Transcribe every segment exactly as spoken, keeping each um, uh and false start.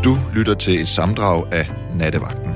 Du lytter til et sammendrag af Nattevagten.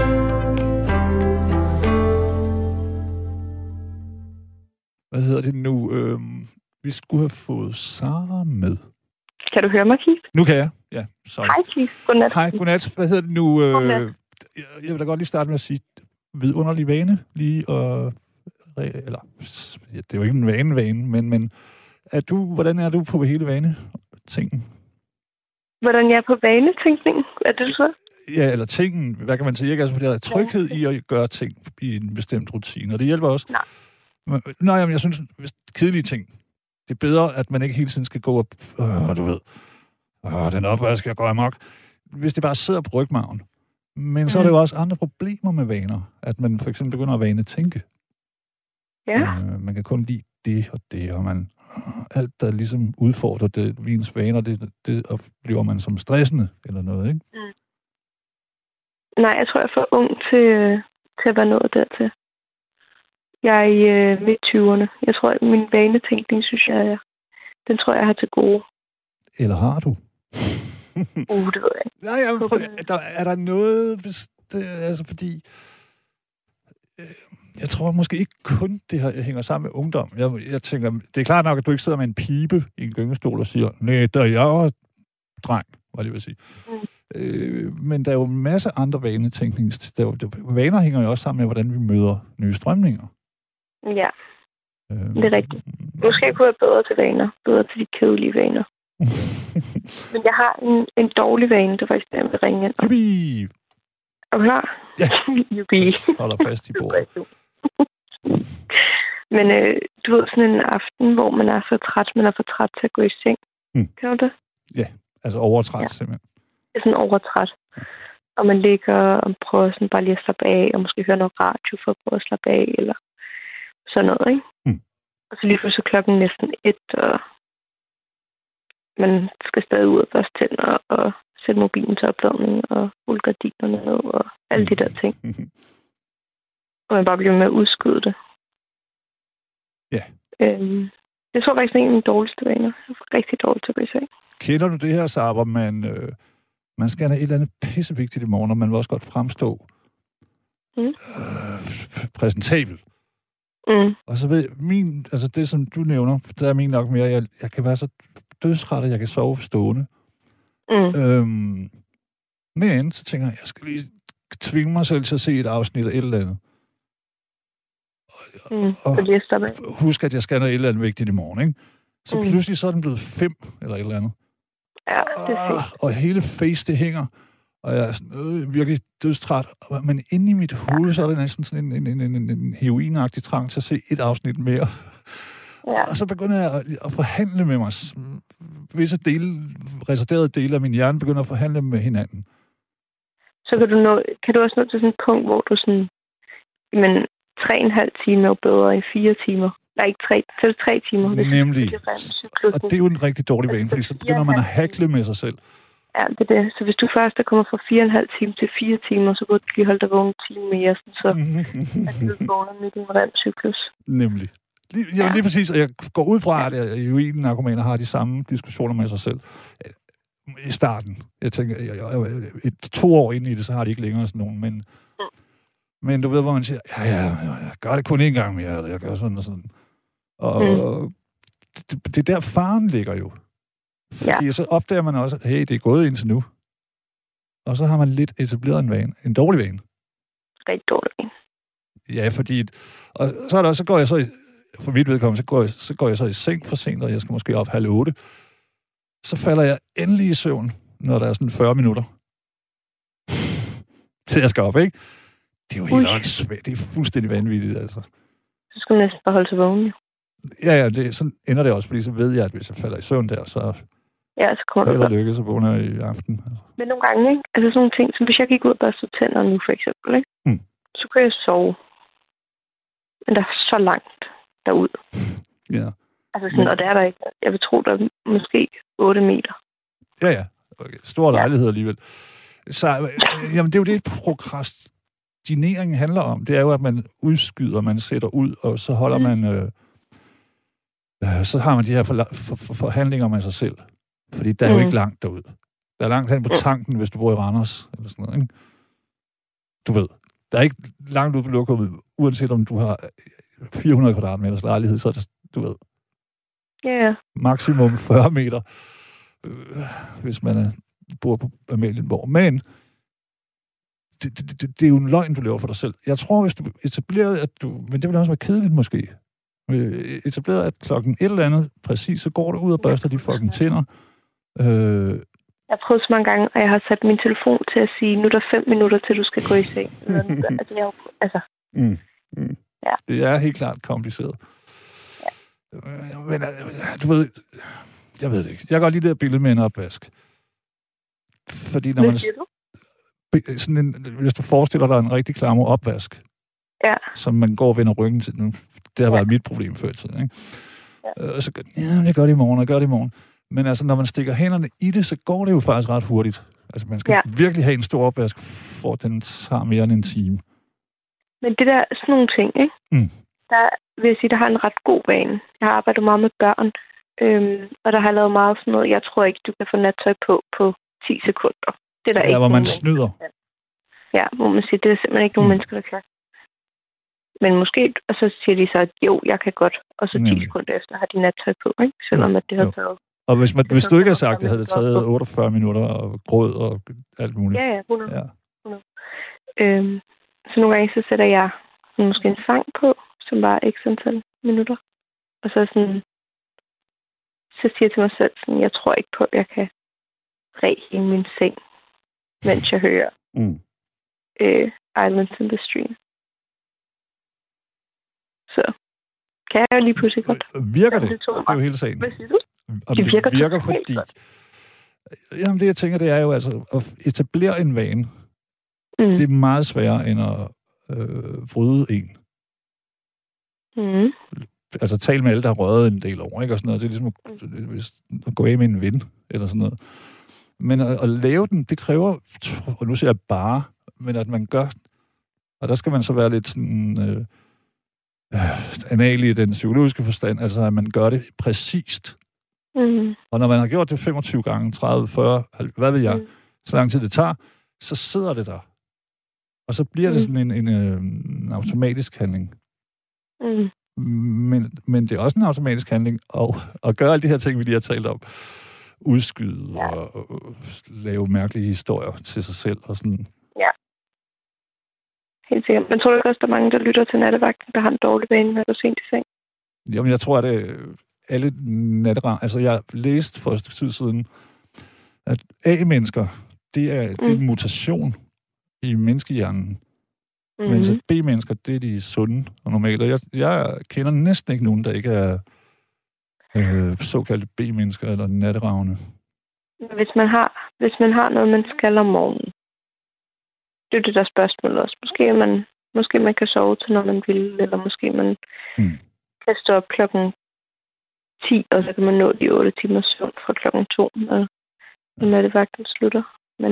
Hvad hedder det nu? Øhm, vi skulle have fået Sara med. Kan du høre mig, Keith? Nu kan jeg. Ja, sorry. Hej, Keith. Godnat. Hej, godnat. Hvad hedder det nu? Øh, Godnat. jeg vil da godt lige starte med at sige, vidunderlig vane lige og eller ja, det er jo ikke en vane vane, men men er du hvordan er du på hele vane tingen? Hvordan jeg er på vanetænkningen? Er det så? Ja, eller tingen, hvad kan man sige, ikke? Altså, for der er tryghed i at gøre ting i en bestemt rutine, og det hjælper også. Nej. Men, nej, jamen, jeg synes, kedelige ting. Det er bedre, at man ikke hele tiden skal gå op, øh, du ved, øh, den opvask, jeg går amok. Hvis det bare sidder på rygmarven. Men mm. så er der jo også andre problemer med vaner. At man for eksempel begynder at vane tænke. Ja. Øh, man kan kun lide det og det, og man alt, der ligesom udfordrer det, ens vaner, det, det oplever man som stressende eller noget, ikke? Mm. Nej, jeg tror, jeg er for ung til, til at være nået dertil. Jeg er i øh, midt-tyverne. Jeg tror, at min vanetænkning, synes jeg, den tror jeg, jeg har til gode. Eller har du? uh, det ved jeg ikke. Nej, jeg, for, er, der, er der noget, hvis det, altså fordi... Øh, jeg tror måske ikke kun, det her hænger sammen med ungdom. Jeg, jeg tænker, det er klart nok, at du ikke sidder med en pibe i en gyngestol og siger, nej, der er jeg dreng, hvad det vil sige. Mm. Øh, men der er jo en masse andre vanetænkning. Vaner hænger jo også sammen med, hvordan vi møder nye strømninger. Ja, øh, det er rigtigt. Måske kunne jeg bedre til vaner. Bedre til de kedelige vaner. Men jeg har en, en dårlig vane, der faktisk er med ringe ind. Jubi! Er du klar? Ja. Jubi. Holder fast i bordet. Men øh, du ved, sådan en aften, hvor man er så træt, man er for træt til at gå i seng. Mm. Kan du det? Ja, altså overtræt ja. simpelthen. Det er sådan overtræt. Og man ligger og prøver sådan bare lige at slappe af, og måske høre noget radio for at prøve at slappe af, eller sådan noget, ikke? Mm. Og så lige pludselig klokken næsten et, og man skal stadig ud og børste tænder, og sætte mobilen til opladning, og rulle gardinerne ned, og alle de der ting. Mm-hmm. Og man bare bliver med at udskyde det. Ja. Øhm, det tror jeg faktisk er en af mine dårligste vaner. Jeg er rigtig dårlig til at gå i seng. Kender du det her, Sara, hvor man, øh, man skal have et eller andet pissevigtigt i morgen, og man vil også godt fremstå mm. øh, præsentabel. Mm. Og så ved min, altså det, som du nævner, der er min nok mere, jeg, jeg kan være så dødsret, at jeg kan sove stående. Mm. Øhm, men så tænker jeg, jeg skal lige tvinge mig selv til at se et afsnit af et eller andet. Mm, og husk, at jeg skal have noget et eller andet vigtigt i morgen, ikke? Så mm. pludselig så er den blevet fem, eller et eller andet. Ja, det er og, og hele face, det hænger, og jeg er sådan, øh, virkelig dødstræt. Men inde i mit hoved, ja. Så er det næsten sådan en, en, en, en, en heroinagtig trang til at se et afsnit mere. Ja. Og så begynder jeg at, at forhandle med mig. Visse dele, reserverede dele af min hjerne begynder at forhandle med hinanden. Så kan du, nå, kan du også nå til sådan et punkt, hvor du sådan, jamen, tre og en halv time er jo bedre end fire timer. Nej, ikke tre, så er det tre timer. Hvis nemlig. Det og det er jo en rigtig dårlig vane, fordi så begynder man at hakle med sig selv. Ja, det er det. Så hvis du først er kommet fra fire og en halv time til fire timer, så burde du lige holde dig vågen en time mere, sådan, så er du vågner midt i en rem-cyklus. Nemlig. Lige, ja, ja. Lige præcis, og jeg går ud fra, at heroin-narkomaner har de samme diskussioner med sig selv. I starten. Jeg tænker, jeg, jeg, et, to år inde i det, så har de ikke længere sådan nogen, men mm. men du ved, hvor man siger, ja, ja, jeg gør det kun én gang mere, eller jeg gør sådan og sådan. Og mm. det, det er der faren ligger jo. Fordi ja. Så opdager man også, at hey, det er gået indtil nu. Og så har man lidt etableret en vane. En dårlig vane. Rigtig dårlig vane. Ja, fordi... Og så, er der, så går jeg så i... For mit vedkommende, så går, jeg, så går jeg så i seng for sent, og jeg skal måske op halv otte. Så falder jeg endelig i søvn, når der er sådan fyrre minutter. Til jeg skal op, ikke? Det er jo helt åndssvagt. Det er fuldstændig vanvittigt, altså. Så skal man næsten bare holde sig vågen, jo. Ja, ja, det, sådan ender det også, fordi så ved jeg, at hvis jeg falder i søvn der, så... Ja, så kommer det. Eller lykkes, så vågner jeg i aften. Altså. Men nogle gange, ikke? Altså sådan nogle ting, som hvis jeg gik ud og børste tænder nu, for eksempel, ikke? Hmm. Så kan jeg sove. Men der er så langt derud. Ja. Altså sådan, men... og der er der ikke... Jeg vil tro, der er måske otte meter. Ja, ja. Okay. Stor lejlighed ja. Alligevel. Så, øh, jamen, det er jo det, prokrastinering handler om. Det er jo, at man udskyder, man sætter ud, og så holder mm. man... Øh, øh, så har man de her for, for, for, forhandlinger med sig selv. Fordi der er mm. jo ikke langt derud. Der er langt hen på tanken, hvis du bor i Randers, eller sådan noget, ikke? Du ved, der er ikke langt ud på lokummet, uanset om du har fire hundrede kvadratmeters lejlighed, så er det, du ved, Ja, yeah. maksimum fyrre meter, øh, hvis man er, bor på Amalienborg. Men det, det, det, det er jo en løgn, du laver for dig selv. Jeg tror, hvis du etablerede, at du, men det ville også være kedeligt måske, etableret, at klokken et eller andet, præcis, så går du ud og børster de fucking tænder. Øh, Jeg har prøvet så mange gange, og jeg har sat min telefon til at sige, nu er der fem minutter, til du skal gå i seng. altså, jeg, altså. Mm. Mm. Ja. Det er helt klart kompliceret. Ja. Men du ved, jeg ved det ikke. Jeg kan godt lide det her billede med en opvask. Fordi når Hvad man... siger du? Sådan en, hvis du forestiller dig en rigtig klammer opvask, ja. som man går og vender ryggen til nu. Det har ja. været mit problem før i tiden, ikke? Ja. Og så gør ja, jeg gør det i morgen, og jeg gør det i morgen. Men altså, når man stikker hænderne i det, så går det jo faktisk ret hurtigt. Altså, man skal ja. virkelig have en stor opvask, for at den tager mere end en time. Men det der, sådan nogle ting, ikke? Mm. Der vil jeg sige, der har en ret god vane. Jeg har arbejdet meget med børn, øhm, og der har jeg lavet meget sådan noget. Jeg tror ikke, du kan få nattøj på på ti sekunder. Det er der ja, ikke hvor man snyder. Ja, hvor man siger, det er simpelthen ikke nogen mm. mennesker, der kan. Men måske, og så siger de så, at jo, jeg kan godt. Og så ti sekunder efter har de nattøj på, ikke? Selvom at det har taget... Og hvis, man, hvis du ikke har sagt, at det havde taget otteogfyrre minutter og gråd og alt muligt. Ja, ja, hundrede. Ja. hundrede. Øhm, så nogle gange så sætter jeg måske en sang på, som var x antal minutter. Og så sådan, så siger jeg til mig selv, sådan, jeg tror ikke på, at jeg kan ræ i min seng, mens jeg hører mm. øh, Islands in the Stream. Så kan jeg jo lige pludselig godt. Virker det? Det er jo hele sagen. Hvad siger du? Om det virker, det virker fordi... Jamen, det jeg tænker, det er jo altså, at etablere en vane, mm. det er meget sværere, end at øh, bryde en. Mm. Altså, tale med alle, der har røget en del over, ikke? Og sådan noget. Det er ligesom at, at gå af med en ven, eller sådan noget. Men at, at lave den, det kræver, og nu siger jeg bare, men at man gør, og der skal man så være lidt sådan... Øh, øh, anal i den psykologiske forstand, altså at man gør det præcist. Mm. Og når man har gjort det femogtyve gange, tredive, fyrre, hvad ved jeg, mm. så lang tid det tager, så sidder det der. Og så bliver mm. det sådan en, en, en automatisk handling. Mm. Men, men det er også en automatisk handling at, at gøre alle de her ting, vi lige har talt om. Udskyde ja. og, og lave mærkelige historier til sig selv og sådan. Ja. Helt sikkert. Men tror du ikke også, der er mange, der lytter til nattevagten, der har en dårlig vane, når du er sent i seng? Jamen, jeg tror, at det alle natteravne... Altså, jeg læste for et stykke tid siden, at A-mennesker, det er, mm. det er en mutation i menneskehjernen. Mm-hmm. Mens B-mennesker, det er de sunde og normale. Jeg, jeg kender næsten ikke nogen, der ikke er øh, såkaldte B-mennesker eller natteravne. Hvis man har, hvis man har noget, man skal om morgenen, det er det der spørgsmål også. Måske man, måske man kan sove til, når man vil, eller måske man mm. kan stå op klokken ti, og så kan man nå de otte timers søvn fra klokken to, når, når det vagten slutter. Men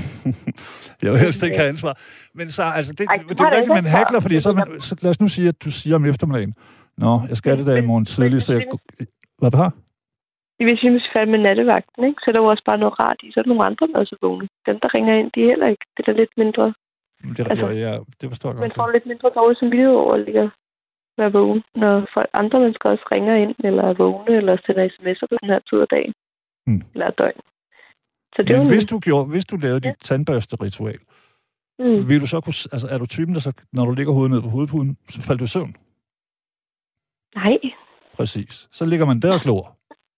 jeg vil helst ikke have ansvar. Men så, altså, det, Ej, det, det er jo rigtigt, man hackler, fordi så, man, så lad os nu sige, at du siger om eftermiddagen, nå, jeg skal det der i morgen tidlig, så jeg... Hvad du har? Hvis vi er færdige med nattevagten, ikke? Så er der jo også bare noget rart i. Så er der nogle andre, der er så vågne. Dem, der ringer ind, de er heller ikke. Det er da lidt mindre... Det, altså, ja, ja, det forstår jeg godt. Man får lidt mindre dårligt som videre over at ligge og være vågen, når folk, andre mennesker også ringer ind, eller er vågne, eller sender sms'er på den her tid af dagen. Hmm. Eller døgn. Så det Men jo hvis du, gjorde, hvis du lavede ja. dit tandbørsteritual, mm. vil du så kunne... Altså, er du typen, der så, når du ligger hovedet ned på hovedpuden, så falder du i søvn? Nej. Præcis. Så ligger man der og glor.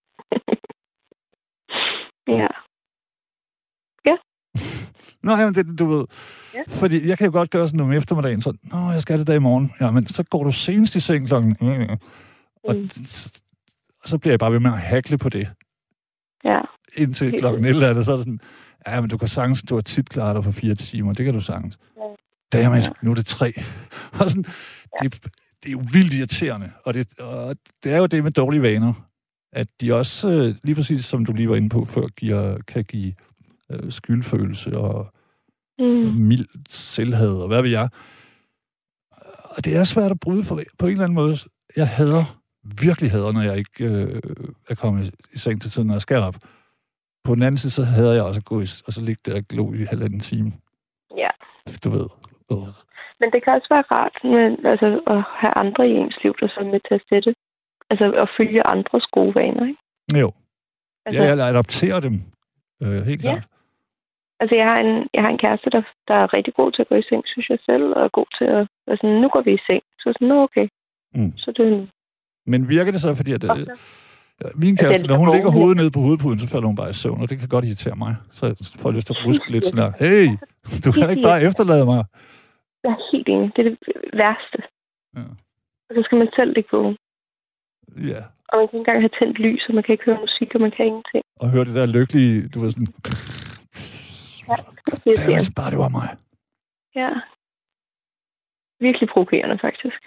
Ja. Ja. Nå, jamen, det, du ved. Ja. Fordi jeg kan jo godt gøre sådan noget om eftermiddagen, så, nå, jeg skal det der i morgen. Ja, men så går du senest i seng klokken. Mm. Og mm. så bliver jeg bare ved med at hackle på det. Ja. Indtil klokken et eller andet, så er det sådan, ja, men du kan sagtens, du har tit klaret dig for fire timer. Det kan du sagtens. Ja. Dammit, ja. Nu er det tre. Og sådan, ja. det, det er jo vildt irriterende. Og det, og det er jo det med dårlige vaner, at de også, lige præcis som du lige var inde på før, giver, kan give øh, skyldfølelse og mm. mildt selvhad, og hvad ved jeg. Og det er svært at bryde for, på en eller anden måde. Jeg hader, virkelig hader, når jeg ikke øh, er kommet i seng til tiden, når jeg skal op. på den anden side, så havde jeg også gået, og så ligge der og glo i halvanden time. Ja. Du ved. Uh. Men det kan også være rart men, altså, at have andre i ens liv, der så er med til at sætte. Altså at følge andres gode vaner, ikke? Jo. Altså, ja, jeg adopterer dem. Øh, helt ja. klart. Altså, jeg har en, jeg har en kæreste, der, der er rigtig god til at gå i seng, synes jeg selv, og er god til at... Altså, nu går vi i seng. Så sådan, nå, okay. Mm. Så det er nu. Men virker det så, fordi at... Okay. Min kæreste, når hun ligger hovedet nede på hovedpuden, så falder hun bare i søvn, og det kan godt irritere mig. Så får jeg lyst til at ruske lidt sådan der, hey, du kan ikke bare efterlade mig. Jeg er helt enig. Det er det værste. Ja. Og så skal man selv ligge vågen. Ja. Og man kan ikke engang have tændt lys, og man kan ikke høre musik, og man kan ingenting. Og høre det der lykkelige, du ved sådan... Ja, det er det. Bare det var mig. Ja. Virkelig provokerende, faktisk.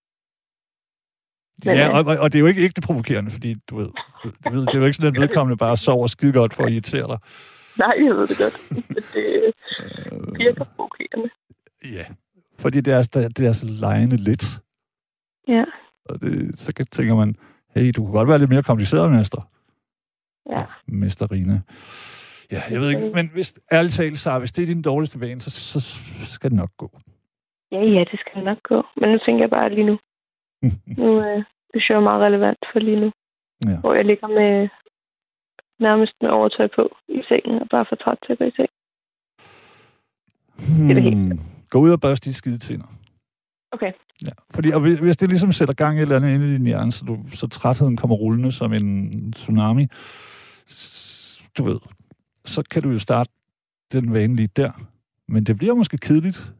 Men, ja, og, og det er jo ikke ægte provokerende, fordi du ved, du ved, det er jo ikke sådan, at vedkommende bare sover skide godt for at irritere dig. Nej, jeg ved det godt. Det virker provokerende. Ja, fordi det er, det er så lejende lidt. Ja. Og det, så tænker man, hey, du kunne godt være lidt mere kompliceret, mester. Ja. Mesterine. Ja, jeg ved ikke, men hvis, ærligt talt, så hvis det er din dårligste vane, så, så skal det nok gå. Ja, ja, det skal nok gå. Men nu tænker jeg bare lige nu. nu øh, det synes jeg er meget relevant for lige nu. Ja. Hvor jeg ligger med nærmest med overtøj på i sengen, og bare for træt til at gå i seng. Hmm. Det er det helt. Gå ud og børste de skide tænder. Okay. Ja, fordi og hvis det ligesom sætter gang i et eller andet inde i din hjerne, så, du, så trætheden kommer rullende som en tsunami, du ved, så kan du jo starte den vane lige der. Men det bliver måske kedeligt.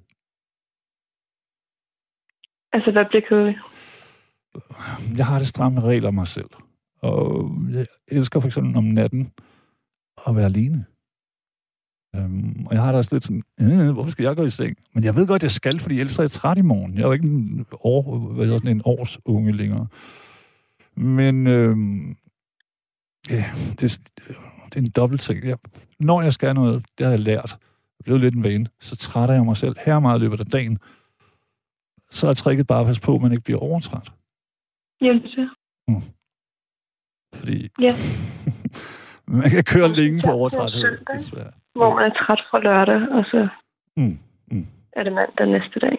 Altså, hvad bliver kedeligt? Jeg har det stramme regler mig selv. Og jeg elsker for eksempel om natten at være alene. Um, og jeg har da også lidt sådan, øh, hvorfor skal jeg gå i seng? Men jeg ved godt, jeg skal, fordi ellers er jeg træt i morgen. Jeg er jo ikke en, år, hvad hedder sådan en års unge længere. Men øhm, ja, det, det er en dobbelt ting. Jeg, når jeg skal noget, det har jeg lært. Jeg er blevet lidt en vane. Så trætter jeg mig selv her meget i løbet af dagen. Så er tricket bare at passe på, at man ikke bliver overtræt. Hjælp til. Mm. Fordi ja. man kan køre længe på overtræthed, desværre. Hvor man er træt fra lørdag, og så mm. Mm. er det mandag næste dag.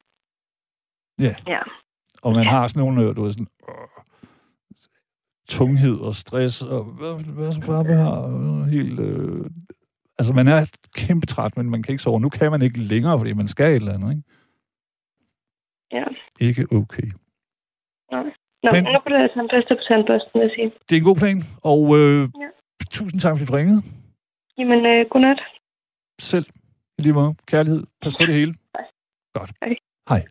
Ja. ja. Og man har sådan nogle, du ved, sådan, øh, tunghed og stress, og hvad, hvad så bare har øh, helt... Øh, altså, man er kæmpe træt, men man kan ikke sove. Nu kan man ikke længere, fordi man skal et eller andet, ikke? Ja. Ikke okay. Nej. Nå, men, nu kan du have tandbørste på tandbørsten, vil jeg sige. Det er en god plan, og øh, ja. Tusind tak, fordi du ringede. Jamen, øh, godnat. Selv. I lige måde. Kærlighed. Pas på det hele. Hej. Godt. Hej. Hej.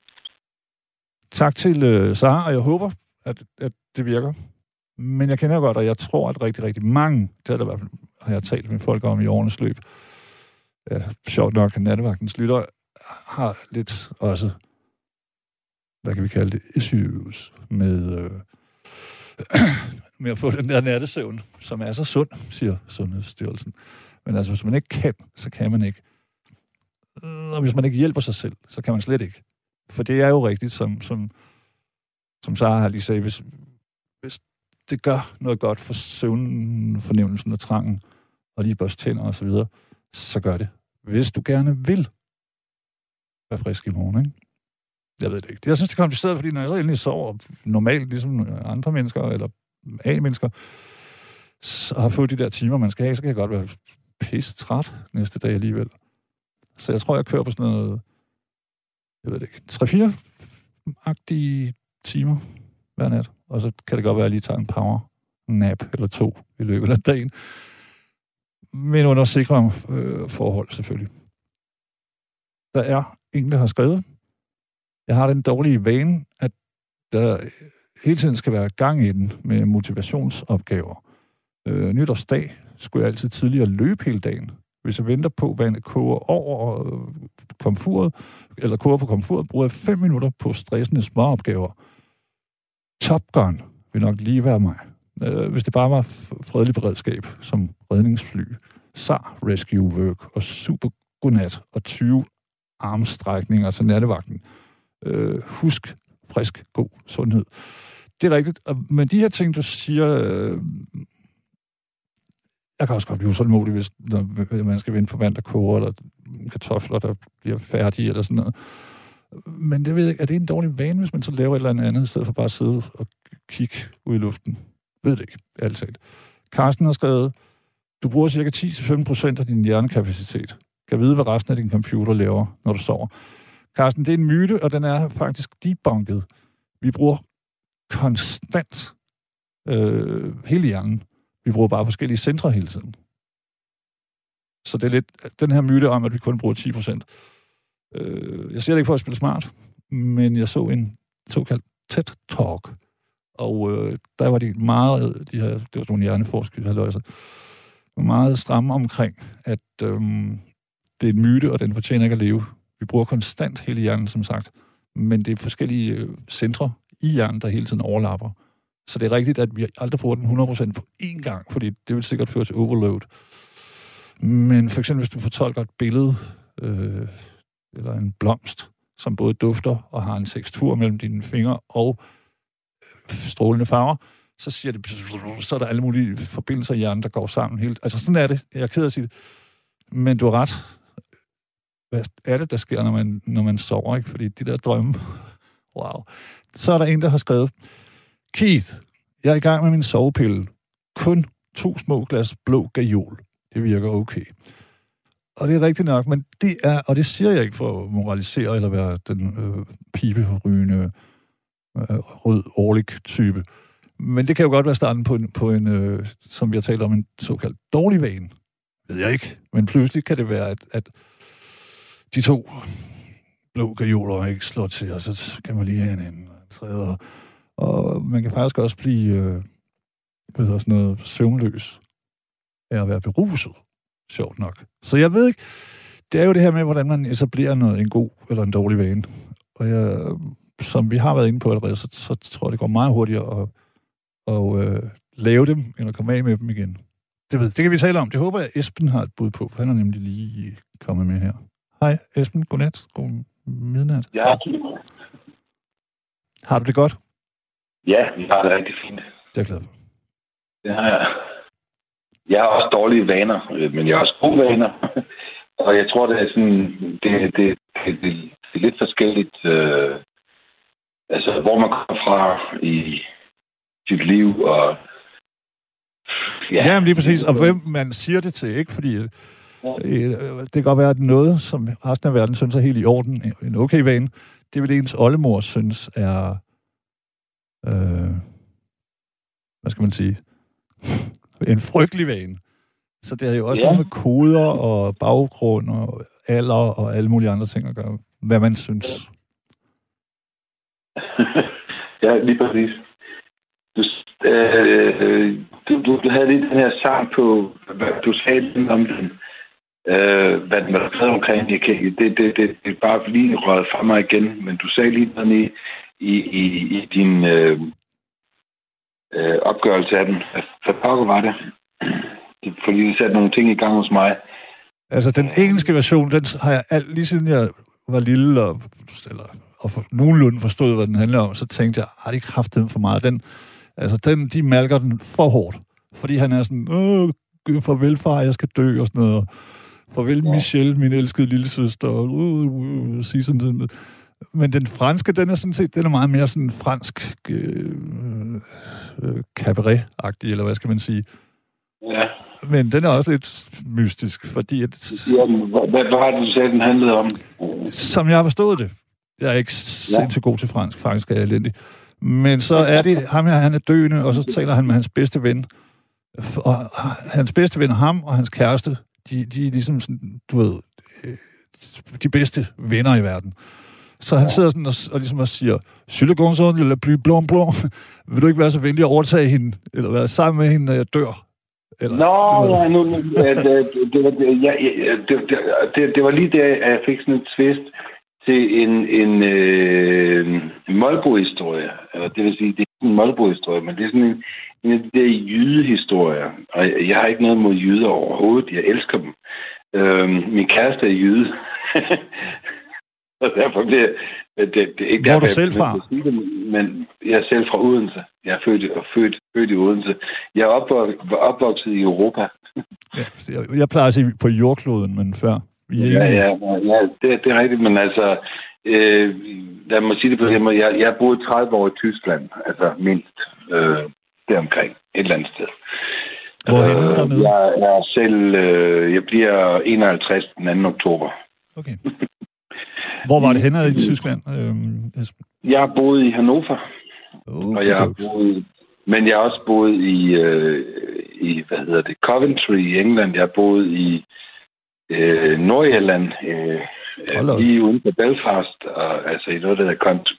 Tak til øh, Sara, og jeg håber, at, at det virker. Men jeg kender godt, og jeg tror, at rigtig, rigtig mange, det er der i hvert fald, har jeg talt med folk om i årenes løb, ja, sjovt nok, at nattevagtens lytter har lidt også, hvad kan vi kalde det, issues med, øh, med at få den der nattesøvn, som er så sund, siger Sundhedsstyrelsen. Men altså, hvis man ikke kan, så kan man ikke. Og hvis man ikke hjælper sig selv, så kan man slet ikke. For det er jo rigtigt, som, som, som Sara lige sagde, hvis, hvis det gør noget godt for søvnen, fornemmelsen og trangen, og lige børste tænder og så videre, så gør det. Hvis du gerne vil være frisk i morgen, ikke? Jeg ved det ikke. Jeg synes, det er kompliceret, fordi når jeg så endelig sover normalt, ligesom andre mennesker, eller A-mennesker, og har fået de der timer, man skal have, så kan jeg godt være pisse træt næste dag alligevel. Så jeg tror, jeg kører på sådan noget, jeg ved det ikke, tre-fire-agtige timer hver nat. Og så kan det godt være, at jeg lige tager en power nap eller to i løbet af dagen. Men under sikre øh, forhold, selvfølgelig. Der er en, der har skrevet, jeg har den dårlige vane, at der hele tiden skal være gang i den med motivationsopgaver. Øh, nytårsdag skulle jeg altid tidligere løbe hele dagen. Hvis jeg venter på, at vandet koger over komfuret, eller koger på komfuret, bruger jeg fem minutter på stressende småopgaver. Top Gun vil nok lige være mig. Øh, hvis det bare var fredelig beredskab, som redningsfly, S A R Rescue Work og Super Godnat og tyve armstrækninger til nattevagten. Øh, husk frisk, god sundhed. Det er rigtigt. Men de her ting, du siger, øh, Jeg kan også godt blive sådan modig, hvis når man skal vinde på vand, der koger, eller kartofler, der bliver færdige, eller sådan noget. Men det ved jeg, er det en dårlig vane, hvis man så laver et eller andet, i stedet for bare at sidde og kigge ud i luften? Ved det ikke, altid. Carsten har skrevet, du bruger cirka ti til femten procent af din hjernekapacitet. Kan vide, hvad resten af din computer laver, når du sover. Carsten, det er en myte, og den er faktisk debunket. Vi bruger konstant øh, hele hjernen. Vi bruger bare forskellige centre hele tiden. Så det er lidt den her myte om, at vi kun bruger ti procent. Øh, jeg siger det ikke for at spille smart, men jeg så en såkaldt TED-talk, og øh, der var de meget, de her, det var nogle hjerneforskere, der løser, meget stramme omkring, at øh, det er en myte, og den fortjener ikke at leve. Vi bruger konstant hele hjernen, som sagt, men det er forskellige øh, centre i hjernen, der hele tiden overlapper. Så det er rigtigt, at vi aldrig bruger den hundrede procent på én gang, fordi det vil sikkert føre til overload. Men for eksempel, hvis du fortolker et billede, øh, eller en blomst, som både dufter og har en tekstur mellem dine fingre og strålende farver, så siger det, så er der alle mulige forbindelser i hjernen, der går sammen helt. Altså sådan er det. Jeg er ked af at sige det. Men du har ret. Hvad er det, der sker, når man, når man sover, ikke? Fordi de der drømme... Wow. Så er der en, der har skrevet, Keith, jeg er i gang med min sovepille. Kun to små glas blå gajol. Det virker okay. Og det er rigtigt nok, men det er, og det siger jeg ikke for at moralisere eller være den øh, piberygende øh, rød årlig type. Men det kan jo godt være starten på en, på en øh, som vi har talt om, en såkaldt dårlig vane. Ved jeg ikke. Men pludselig kan det være, at, at de to blå gajoler ikke slår til, og så kan man lige have en anden tredje. Og man kan faktisk også blive øh, hvad hedder sådan noget, søvnløs af at være beruset. Sjovt nok. Så jeg ved ikke, det er jo det her med, hvordan man etablerer noget, en god eller en dårlig vane. Og jeg, som vi har været inde på allerede, så, så tror jeg, det går meget hurtigere at, at øh, lave dem, end at komme af med dem igen. Det ved, det kan vi tale om. Det håber jeg, Esben har et bud på, for han er nemlig lige kommet med her. Hej Esben, godnat. God midnat. Ja. Har du det godt? Ja, vi har det rigtig fint. Det er jeg glad for. Det har jeg. Jeg har også dårlige vaner, men jeg har også gode vaner. Og jeg tror, det er sådan, det, det, det, det, det er lidt forskelligt, øh, altså hvor man kommer fra i sit liv, og ja, ja, men lige præcis, og hvem man siger det til, ikke? Fordi ja. øh, det kan godt være, at noget, som resten af verden synes er helt i orden, en okay vane, det vil ens oldemor synes er, øh, hvad skal man sige, en frygtelig vane. Så det er jo også ja. noget med koder og baggrund og alder og alle mulige andre ting at gøre. Hvad man synes. Ja, lige præcis. Du, øh, du, du, du havde lige den her sang på, du sagde lidt om den, øh, hvad den var der omkring. Jeg kan, det, det, det, det er bare lige røget fra mig igen, men du sagde lige noget i, i, i, i din øh, øh, opgørelse af den. Hvad pokker var det? Det får lige sat nogle ting i gang hos mig. Altså, den engelske version, den har jeg alt, lige siden jeg var lille og, eller, og for, nogenlunde forstod, hvad den handler om, så tænkte jeg, har de kraftet for meget? Den, altså, den, de malker den for hårdt. Fordi han er sådan, åh, farvel far, jeg skal dø, og sådan noget. Farvel ja. Michelle, min elskede lillesøster, og uh, uh, uh, sige sådan sådan. Men den franske, den er sådan set, den er meget mere sådan fransk øh, øh, cabaret-agtig, eller hvad skal man sige. Ja. Men den er også lidt mystisk, fordi at... Ja, hvad, hvad var det, du sagde, den handlede om? Som jeg har forstået det. Jeg er ikke sindssygt god til fransk, faktisk er jeg elendig. Men så er det, ham her, han er døende, og så taler han med hans bedste ven. Og hans bedste ven, ham og hans kæreste, de, de er ligesom sådan, du ved, de bedste venner i verden. Så han sidder sådan og, og ligesom og siger, Sylle Gonzon, eller blive blond blond, vil du ikke være så venlig at overtage hende, eller være sammen med hende, når jeg dør? Eller, Nå, ja, nu, det, det, det, det, ja, det, det, det var lige der, at jeg fik sådan et twist til en, en, øh, en Molbo-historie. Eller det vil sige, det er ikke en Molbo-historie, men det er sådan en, en af de der jydehistorier. Og jeg har ikke noget mod jyder overhovedet. Jeg elsker dem. Øh, min kæreste er jyde. Og derfor bliver det, det, det ikke... Hvor er du derfor, selv fra? Det, men jeg er selv fra Odense. Jeg er født, og født, født i Odense. Jeg er opvokset, opvokset i Europa. Ja, jeg, jeg plejer at sige på jordkloden, men før. Vi er ja, ja, ja, det, det er rigtigt, men altså, øh, lad mig sige det på den måde, jeg, jeg har boet tredive år i Tyskland, altså mindst øh, deromkring, et eller andet sted. Hvorhenne øh, dernede? Jeg, jeg er selv, øh, jeg bliver enoghalvtreds den anden oktober. Okay. Hvor var det henne i Tyskland? Øh, jeg har boet i Hannover, okay, og jeg har boet, men jeg har også boet i, øh, i, hvad hedder det, Coventry i England. Jeg har boet i øh, Nordjylland, øh, lige uden for Belfast, og, altså i noget, der hedder County,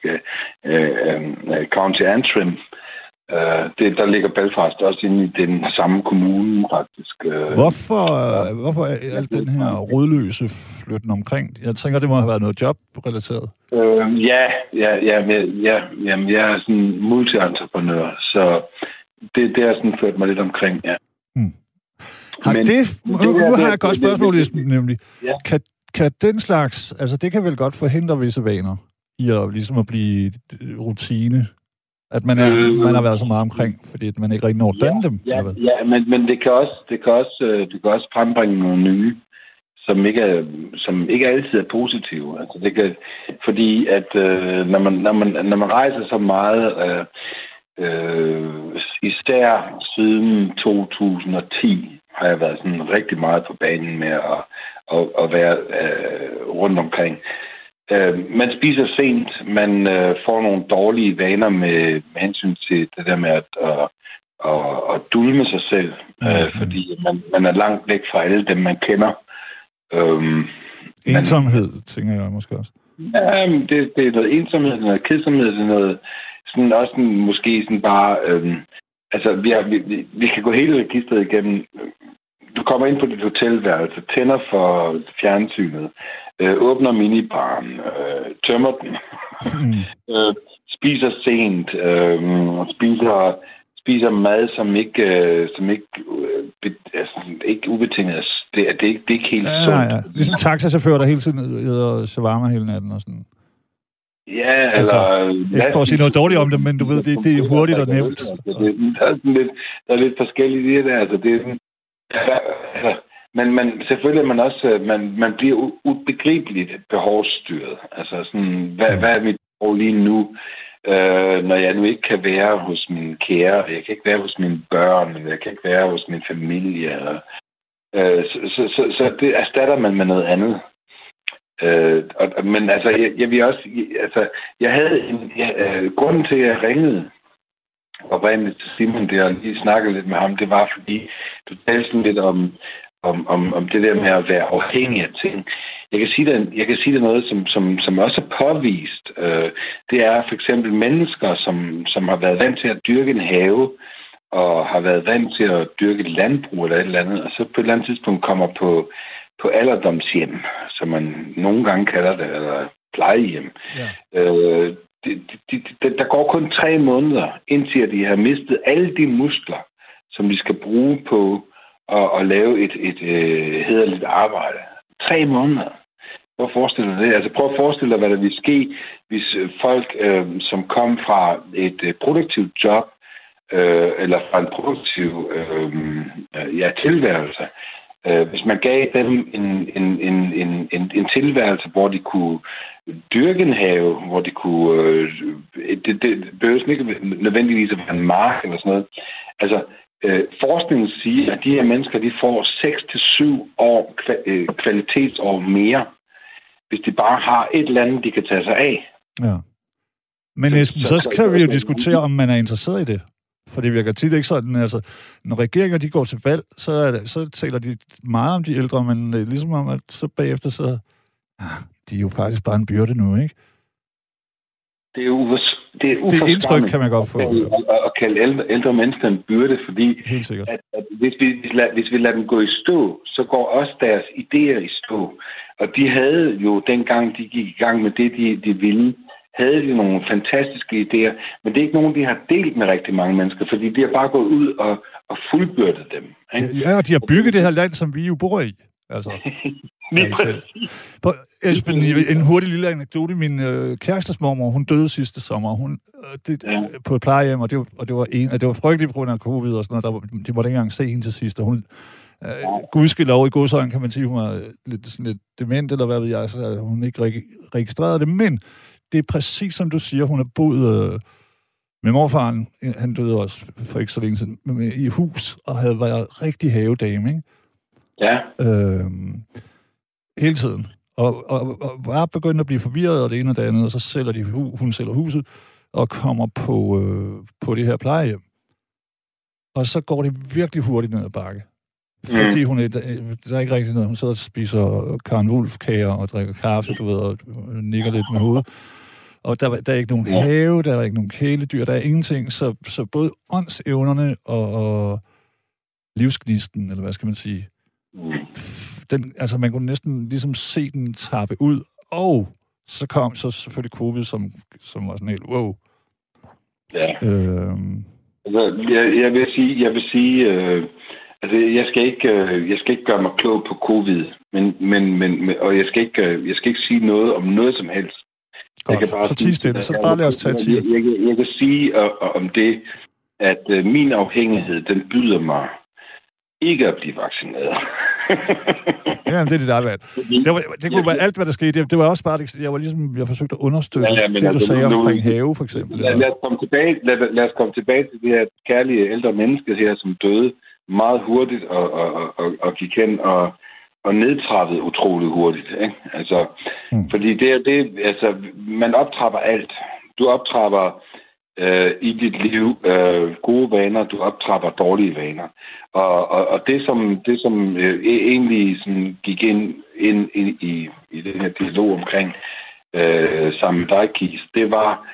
øh, County Antrim. Uh, det, der ligger Belfast også inde i den samme kommune, faktisk. Uh, hvorfor, uh, hvorfor er al den her rodløse flytten omkring? Jeg tænker, det må have været noget jobrelateret. Uh, ja, ja, ja, ja, jamen, jeg er sådan multi-entreprenør, så det, det har sådan ført mig lidt omkring, ja. Hmm. Har Men, det, nu, det, nu har jeg det, et godt det, spørgsmål, det, det, nemlig. Ja. Kan, kan den slags, altså det kan vel godt forhindre visse vaner i at, ligesom at blive rutine? At man, er, øh, man har været så meget omkring, fordi man ikke rigtig når at danne ja, dem? Ja, ja men, men det kan også, det kan også, det kan også frembringe nogle nye, som ikke er, som ikke altid er positive. Altså det kan, fordi at øh, når man når man når man rejser så meget, øh, øh, især siden to tusind og ti har jeg været sådan rigtig meget på banen med at, at, at være øh, rundt omkring. Uh, man spiser sent, man uh, får nogle dårlige vaner med, med hensyn til det der med at, at, at, at dulme sig selv, uh, mm. fordi man, man er langt væk fra alle dem, man kender. Um, ensomhed, man, tænker jeg måske også. Ja, det, det er noget ensomhed, noget kedsomhed, det er noget sådan også sådan, måske sådan bare... Um, altså, vi, har, vi, vi, vi kan gå hele registret igennem. Du kommer ind på dit hotelværelse, tænder for fjernsynet, øh, åbner minibaren, øh, tømmer den, mm. øh, spiser sent, øh, spiser, spiser mad, som ikke, øh, som ikke, øh, be, altså, ikke ubetinget. Det er, det, er ikke, det er ikke helt ja, sundt. Ja, ja. Ligesom taxachauffør, der hele tiden æder shawarma hele natten og sådan. Ja, altså, eller... Ikke for at sige noget dårligt om det, men du ved, det, det er hurtigt og nemt. Det, der, er sådan lidt, der er lidt forskelligt i det der. Altså, det er altså, men man, selvfølgelig er man også, man, man bliver ubegribeligt behovsstyret. Altså sådan, hvad, hvad er mit behov lige nu, øh, når jeg nu ikke kan være hos mine kære, jeg kan ikke være hos mine børn, jeg kan ikke være hos min familie. Eller, øh, så, så, så, så det erstatter man med noget andet. Øh, og, men altså, jeg, jeg vil også, altså, jeg havde en, jeg, øh, grunden til, at jeg ringede, oprindeligt til Simon der, og lige snakkede lidt med ham, det var, fordi du talte sådan lidt om, om, om, om det der med at være afhængig af ting. Jeg kan sige det, jeg kan sige det noget, som, som, som også er påvist. Øh, det er for eksempel mennesker, som, som har været vant til at dyrke en have, og har været vant til at dyrke et landbrug eller et eller andet, og så på et eller andet tidspunkt kommer på, på alderdomshjem, som man nogle gange kalder det, eller plejehjem. Ja. Øh, De, de, de, der går kun tre måneder, indtil de har mistet alle de muskler, som de skal bruge på at, at lave et, et, et hæderligt arbejde. Tre måneder. Prøv at forestille dig det. Altså prøv at forestille dig, hvad der ville ske, hvis folk, øh, som kom fra et øh, produktivt job, øh, eller fra en produktiv øh, ja, tilværelse, øh, hvis man gav dem en, en, en, en, en, en tilværelse, hvor de kunne dyrke en have, hvor de kunne... Øh, det, det behøves ikke nødvendigvis at være en mark eller sådan noget. Altså, øh, forskningen siger, at de her mennesker, de får seks til syv år kvalitetsår mere, hvis de bare har et eller andet, de kan tage sig af. Ja. Men Esben, så, så skal vi jo diskutere, om man er interesseret i det. For det virker tit ikke sådan, altså, når regeringer de går til valg, så, er det, så taler de meget om de ældre, men det er ligesom om, at så bagefter, så ja, de er jo faktisk bare en byrde nu, ikke? Det er jo det, er det indtryk kan man godt få. At, at kalde ældre, ældre mennesker en byrde, fordi at, at hvis, vi, hvis, lad, hvis vi lader dem gå i stå, så går også deres idéer i stå. Og de havde jo, dengang de gik i gang med det, de, de ville, havde de nogle fantastiske idéer, men det er ikke nogen, de har delt med rigtig mange mennesker, fordi de har bare gået ud og, og fuldbyrdet dem. Ikke? Ja, og de har bygget det her land, som vi jo bor i. Altså, på, Esben, en hurtig lille anekdote. Min øh, kæresters mormor, hun døde sidste sommer. Hun, øh, det, ja. På et plejehjem, og det var, og det var, en, og det var frygteligt på grund af covid og sådan noget. Der, de måtte ikke engang se hende til sidst, og hun Uh, gudskelov i godsøjen, kan man sige, hun er lidt, sådan lidt dement, eller hvad ved jeg, så hun ikke reg- registreret det, men det er præcis som du siger, hun har boet øh, med morfaren, han døde også for ikke så længe siden, med, i hus, og havde været rigtig havedame, ikke? Ja. Øh, hele tiden. Og, og, og var begyndt at blive forvirret, og det ene og det andet, og så sælger de, hun sælger huset, og kommer på, øh, på det her plejehjem. Og så går det virkelig hurtigt ned ad bakke. Fordi mm. hun er, der er ikke rigtig noget. Hun sidder og spiser Karen Wulff-kager og drikker kaffe, du ved, og nikker lidt med hovedet. Og der, der er ikke nogen have, der er ikke nogen kæledyr, der er ingenting. Så, så både åndsevnerne og, og livsgnisten, eller hvad skal man sige, den, altså man kunne næsten ligesom se den tappe ud. Og så kom så selvfølgelig covid, som, som var sådan helt, wow. Ja. Øhm. Altså, jeg, jeg vil sige, jeg vil sige, øh, altså jeg skal ikke, øh, jeg skal ikke gøre mig klog på covid, men, men, men, og jeg skal ikke, øh, jeg skal ikke sige noget om noget som helst. Godt, jeg kan bare så tig stille, så bare lad os tage tid. Jeg, jeg, jeg, jeg kan sige uh, om det, at uh, min afhængighed, den byder mig ikke at blive vaccineret. Ja, det er det, der er valgt. Det, var, det kunne være alt, hvad der skete. Det, det var også bare, jeg var ligesom, jeg forsøgte at understøtte ja, ja, det, altså, du sagde nu, omkring have, for eksempel. Lad, lad, os komme tilbage, lad, lad os komme tilbage til det her kærlige ældre menneske her, som døde meget hurtigt og, og, og, og gik hen og, og nedtrappede utroligt hurtigt. Ikke? Altså, hmm. Fordi det er det, altså, man optrapper alt. Du optrapper øh, i dit liv øh, gode vaner, du optrapper dårlige vaner. Og, og, og det, som, det, som øh, egentlig sådan, gik ind, ind, ind i, i den her dialog omkring øh, sammen med dig, Kis, det var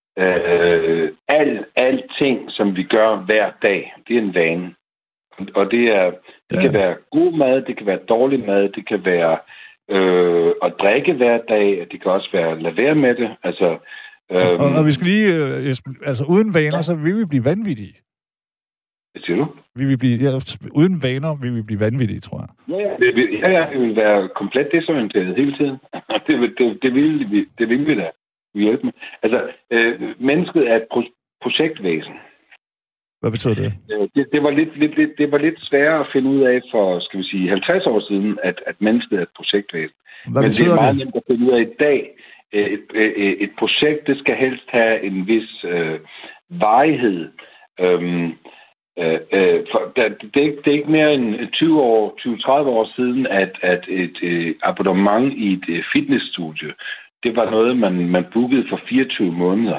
øh, al, alting, som vi gør hver dag, det er en vane. Og det, er, det ja. kan være god mad, det kan være dårlig mad, det kan være øh, at drikke hver dag, det kan også være at lade være med det. Altså, øh, og, og vi skal lige, øh, altså uden vaner, ja. så vil vi blive vanvittige. Hvad siger du? Vi vil blive, ja, uden vaner vil vi blive vanvittige, tror jeg. Ja, ja, det vil, ja, ja, det vil være komplet desorienteret hele tiden. det, det, det, vil vi, det vil vi da hjælpe med. Altså, øh, mennesket er et pro- projektvæsen. Hvad betyder det? Det, det, var lidt, lidt, lidt, det var lidt sværere at finde ud af for, skal vi sige, halvtreds år siden, at, at mennesket er et projektvæsen. Hvad Men det er meget det? nemt at finde ud af i dag. Et, et, et projekt, det skal helst have en vis øh, varighed. Øhm, øh, øh, for, der, det, er ikke, det er ikke mere end tyve år, tyve til tredive år siden, at, at et øh, abonnement i et øh, fitnessstudie, det var noget, man, man bookede for fireogtyve måneder.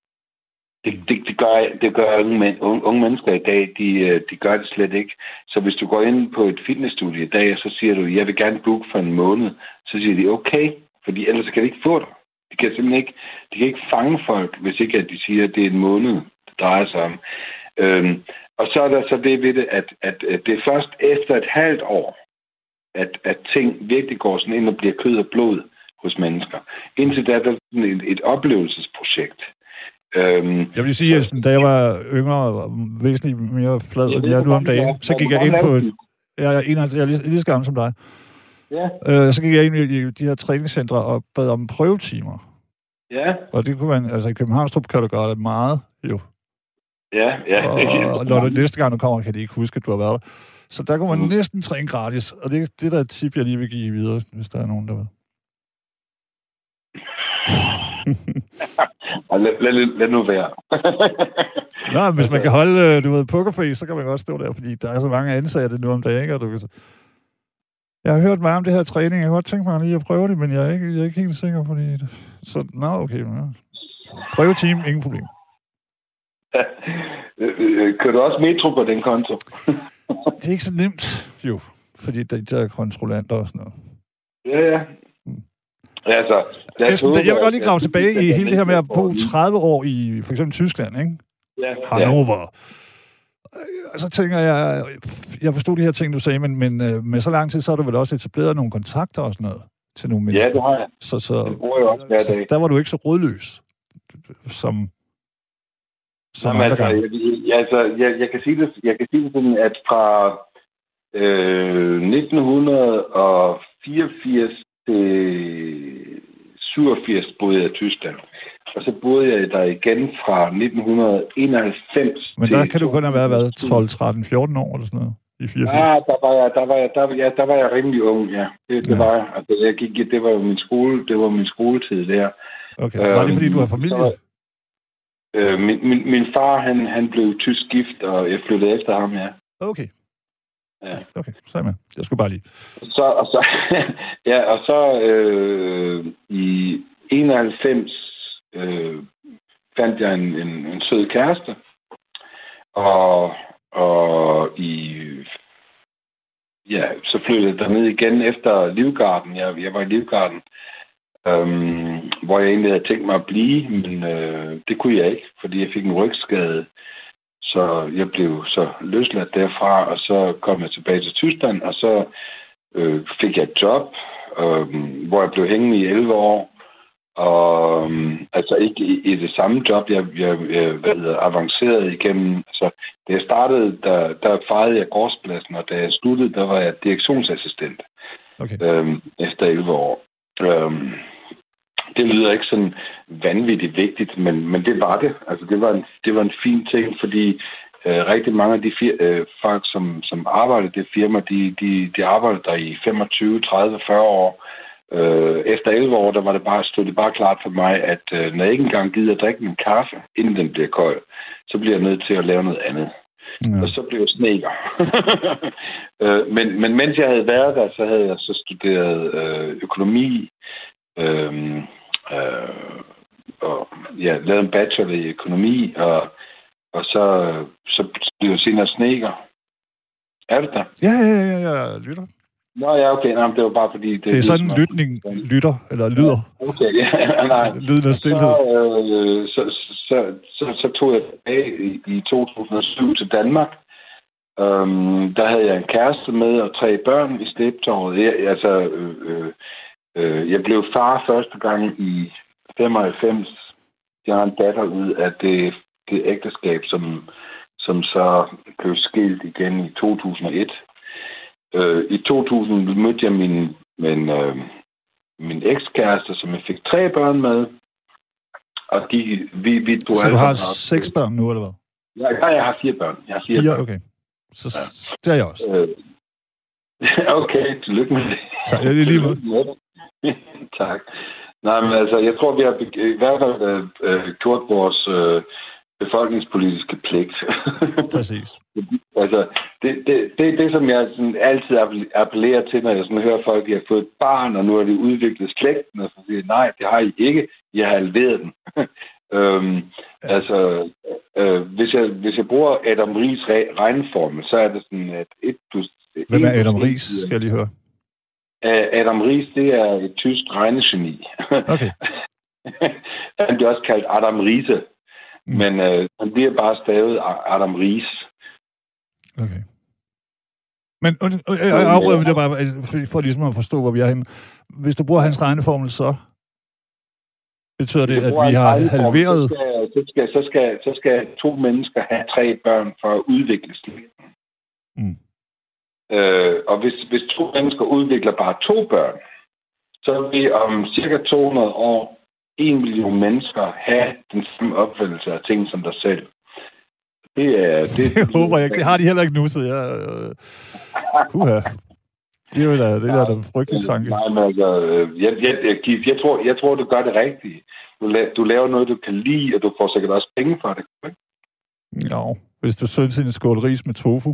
Det, det, det, gør, det gør unge, men, unge, unge mennesker i dag, de, de gør det slet ikke. Så hvis du går ind på et fitnessstudie i dag, så siger du, jeg vil gerne booke for en måned. Så siger de, okay, fordi ellers kan de ikke få dig. De kan simpelthen ikke, de kan ikke fange folk, hvis ikke at de siger, at det er en måned, det drejer sig om. Øhm, og så er der så det ved det, at, at, at det er først efter et halvt år, at, at ting virkelig går sådan ind og bliver kød og blod hos mennesker. Indtil da er der sådan et, et oplevelsesprojekt. Øhm, jeg vil sige, at da jeg var yngre og væsentligt mere flad end jeg er nu om dagen, så gik jeg ind på et, jeg er, en, jeg er lige, lige så gammel som dig. Ja. Øh, så gik jeg ind i de her træningscentre og bad om prøvetimer. Ja. Og det kunne man, altså i Københavnstrup kan du gøre det meget, jo. Ja, ja. Og, og når du næste gang du kommer, kan de ikke huske, at du har været der. Så der kunne man mm. næsten træne gratis, og det, det der er et tip, jeg lige vil give videre, hvis der er nogen, der vil. lad, lad, lad nu være. Nå, hvis man kan holde, du ved, pokerface, så kan man godt stå der, fordi der er så mange ansatte nu om dagen, ikke? Og du kan... Jeg har hørt meget om det her træning, jeg kan godt tænke mig lige at prøve det, men jeg er ikke, jeg er ikke helt sikker, fordi... Så, nå, okay. Ja. Prøveteam, ingen problem. Kører du også metro på den konto? Det er ikke så nemt, jo, fordi der, der er kontrollanter og sådan noget. Ja, ja. Altså, Esben, jeg vil godt lige grave tilbage i hele det her med at bo tredive år i for eksempel Tyskland, ikke? Ja. Hannover. Og så tænker jeg, jeg forstod de her ting, du sagde, men, men med så lang tid, så har du vel også etableret nogle kontakter og sådan noget til nogle mennesker. Ja, det har jeg. Så, så, det bruger jeg også hver dag. Så der var du ikke så rådløs, som, som Jamen, andre altså, gange. jeg, altså, jeg, jeg, kan sige det, jeg kan sige det sådan, at fra øh, nitten fireogfirs til syvogfirs boede jeg i Tyskland. Og så boede jeg der igen fra nitten enoghalvfems. Men der kan du kun have været, hvad, tolv, tretten, fjorten år eller sådan noget? i fireogfirs? Ja, der var jeg, der var jeg, der, var, ja, der var jeg rimelig ung, ja. Det, det ja. var jeg. Altså, jeg gik, det var jo min skole, det var min skoletid der. Okay. Var det, fordi du har familie? Så, øh, min, min, min far, han, han blev tysk gift, og jeg flyttede efter ham, ja. Okay. Ja. Okay, så er jeg med. Jeg skulle bare lige. Så, og så, ja, og så øh, i enoghalvfems øh, fandt jeg en, en, en sød kæreste, og, og i, ja, så flyttede jeg derned igen efter Livgarden. Jeg, jeg var i Livgarden, øhm, hvor jeg egentlig havde tænkt mig at blive, men øh, det kunne jeg ikke, fordi jeg fik en rygskade. Så jeg blev så løsladt derfra, og så kom jeg tilbage til Tyskland, og så øh, fik jeg et job, øh, hvor jeg blev hængende i elleve år. Og øh, altså ikke i, i det samme job, jeg, jeg, jeg hvad hedder, avancerede igennem. Altså, da jeg startede, der, der fejrede jeg gårdspladsen, og da jeg sluttede, der var jeg direktionsassistent. Okay. Øh, efter elleve år. Øh, Det lyder ikke sådan vanvittigt vigtigt, men, men det var det. Altså, det var en, det var en fin ting, fordi øh, rigtig mange af de fir, øh, folk, som, som arbejder i det firma, de, de, de arbejder der i femogtyve, tredive, fyrre år. Øh, efter elleve år, der var det bare, stod det bare klart for mig, at øh, når jeg ikke engang gider at drikke min kaffe, inden den bliver kold, så bliver jeg nødt til at lave noget andet. Ja. Og så blev jeg snedker. øh, men, men mens jeg havde været der, så havde jeg så studeret øh, økonomi, øh, øh, og ja, lavet en bachelor i økonomi, og, og så, så blev jeg senere snedker. Er det der? Ja, ja, ja, ja, jeg lytter. Nå ja, okay. Nej, det var bare fordi... Det, det er sådan en lytning, lytter, eller lyder. Okay, ja, nej. Lyden af stillhed. Så, øh, så, så, så, så tog jeg tilbage i, i to tusind og syv til Danmark. Um, der havde jeg en kæreste med og tre børn i steptoget. Jeg, altså, øh, øh, jeg blev far første gang i femoghalvfems. Jeg har en datter ud af det, det ægteskab, som, som så blev skilt igen i to tusind og et. Uh, I to tusind mødte jeg min, min, uh, min ekskæreste, som jeg fik tre børn med. Og de, vi, vi så du har seks børn nu, eller hvad? Ja, jeg har fire børn. Jeg har fire, fire børn. Okay. Så ja. Det er jeg også. Uh, okay, tillykke med det. Tak, jeg er lige med. Tak. Nej, men altså, jeg tror, vi har i hvert fald uh, gjort vores uh, befolkningspolitiske pligt. Præcis. Altså, det, det, det, det som jeg sådan altid appellerer til, når jeg sådan hører folk, de har fået et barn, og nu har de udviklet slægten, og så siger nej, det har I ikke. I har halveret den. øhm, ja. Altså, øh, hvis, jeg, hvis jeg bruger Adam Ries regneformel, så er det sådan, at et plus... Hvem er Adam Ries, skal jeg lige høre? Adam Ries, det er et tysk regnegeni. Okay. Han bliver også kaldt Adam Riese. Mm. Men øh, han bliver bare stavet Adam Ries. Okay. Men jeg afrøber det bare, for ligesom at forstå, hvor vi er henne. Hvis du bruger hans regneformel, så betyder det, at vi har halveret... Så skal, så, skal, så skal to mennesker have tre børn for at udvikle slægten. Mm. Øh, og hvis, hvis to mennesker udvikler bare to børn, så vil om cirka to hundrede år en million mennesker have den samme opfattelse af ting som dig selv. Det er... Det, det håber jeg. Det har de heller ikke nu, så jeg... Uh, uh, det er jo da, det er da en frygtelig tanke. Nej, men altså... Jeg, jeg, jeg, jeg, tror, jeg tror, du gør det rigtigt. Du, la- du laver noget, du kan lide, og du får sikkert også penge for det. Ikke? Jo, hvis du synes til en skål ris med tofu.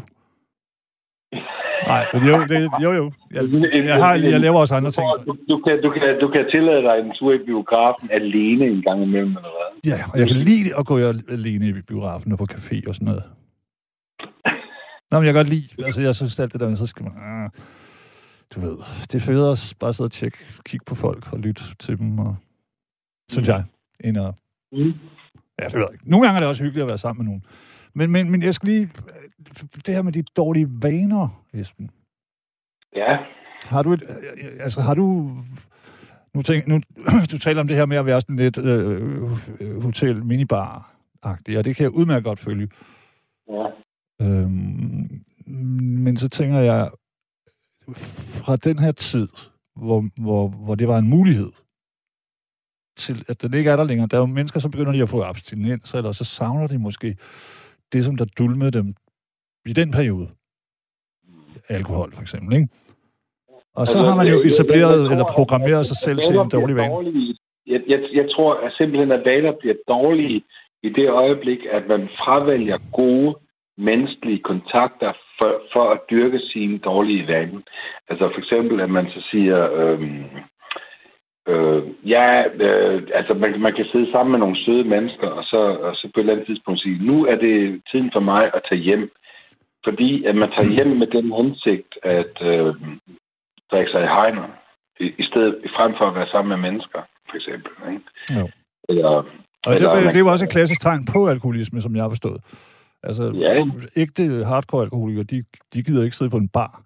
Nej, jo, det, jo, jo. Jeg, jeg, har, jeg laver også andre ting. Du, du, kan, du, kan, du kan tillade dig en tur i biografen alene en gang imellem, eller hvad? Ja, og jeg kan lide at gå alene i biografen og på café og sådan noget. Nå, men jeg kan godt lide, altså jeg synes alt det der, så skal man, ah, du ved, det er federe at bare sidde og tjekke, kigge på folk og lytte til dem, og, synes jeg, end at, mm. ja, det ved jeg ikke. Nogle gange er det også hyggeligt at være sammen med nogen. Men, men, men jeg skal lige... Det her med de dårlige vaner, Esben. Ja. Har du et... Altså, har du... Nu, tænk, nu du taler om det her med at være sådan lidt øh, hotel-minibar-agtigt, og det kan jeg udmærket godt følge. Ja. Øhm, men så tænker jeg, fra den her tid, hvor, hvor, hvor det var en mulighed, til at den ikke er der længere, der er jo mennesker, som begynder de at få abstinenser, eller så savner de måske det, som der dulmede dem i den periode. alkohol, for eksempel, ikke? Og så altså, har man jo etableret jeg, jeg tror, eller programmeret sig selv til en dårlig vane. Jeg, jeg, jeg tror at simpelthen, at vaner bliver dårlige i det øjeblik, at man fravælger gode menneskelige kontakter for, for at dyrke sine dårlige vaner. Altså for eksempel, at man så siger, øhm, øh, ja, øh, altså man, man kan sidde sammen med nogle søde mennesker, og så, og så på et eller andet tidspunkt sige, nu er det tiden for mig at tage hjem. Fordi at man tager hjem med den hensigt, at øh, drikke sig i hegner, i, i stedet frem for at være sammen med mennesker, for eksempel. Ikke? Jo. Eller, og det, eller, det, det er jo også et klassisk tegn på alkoholisme, som jeg har forstået. Altså, ja. ægte hardcore alkoholikere, de, de gider ikke sidde på en bar.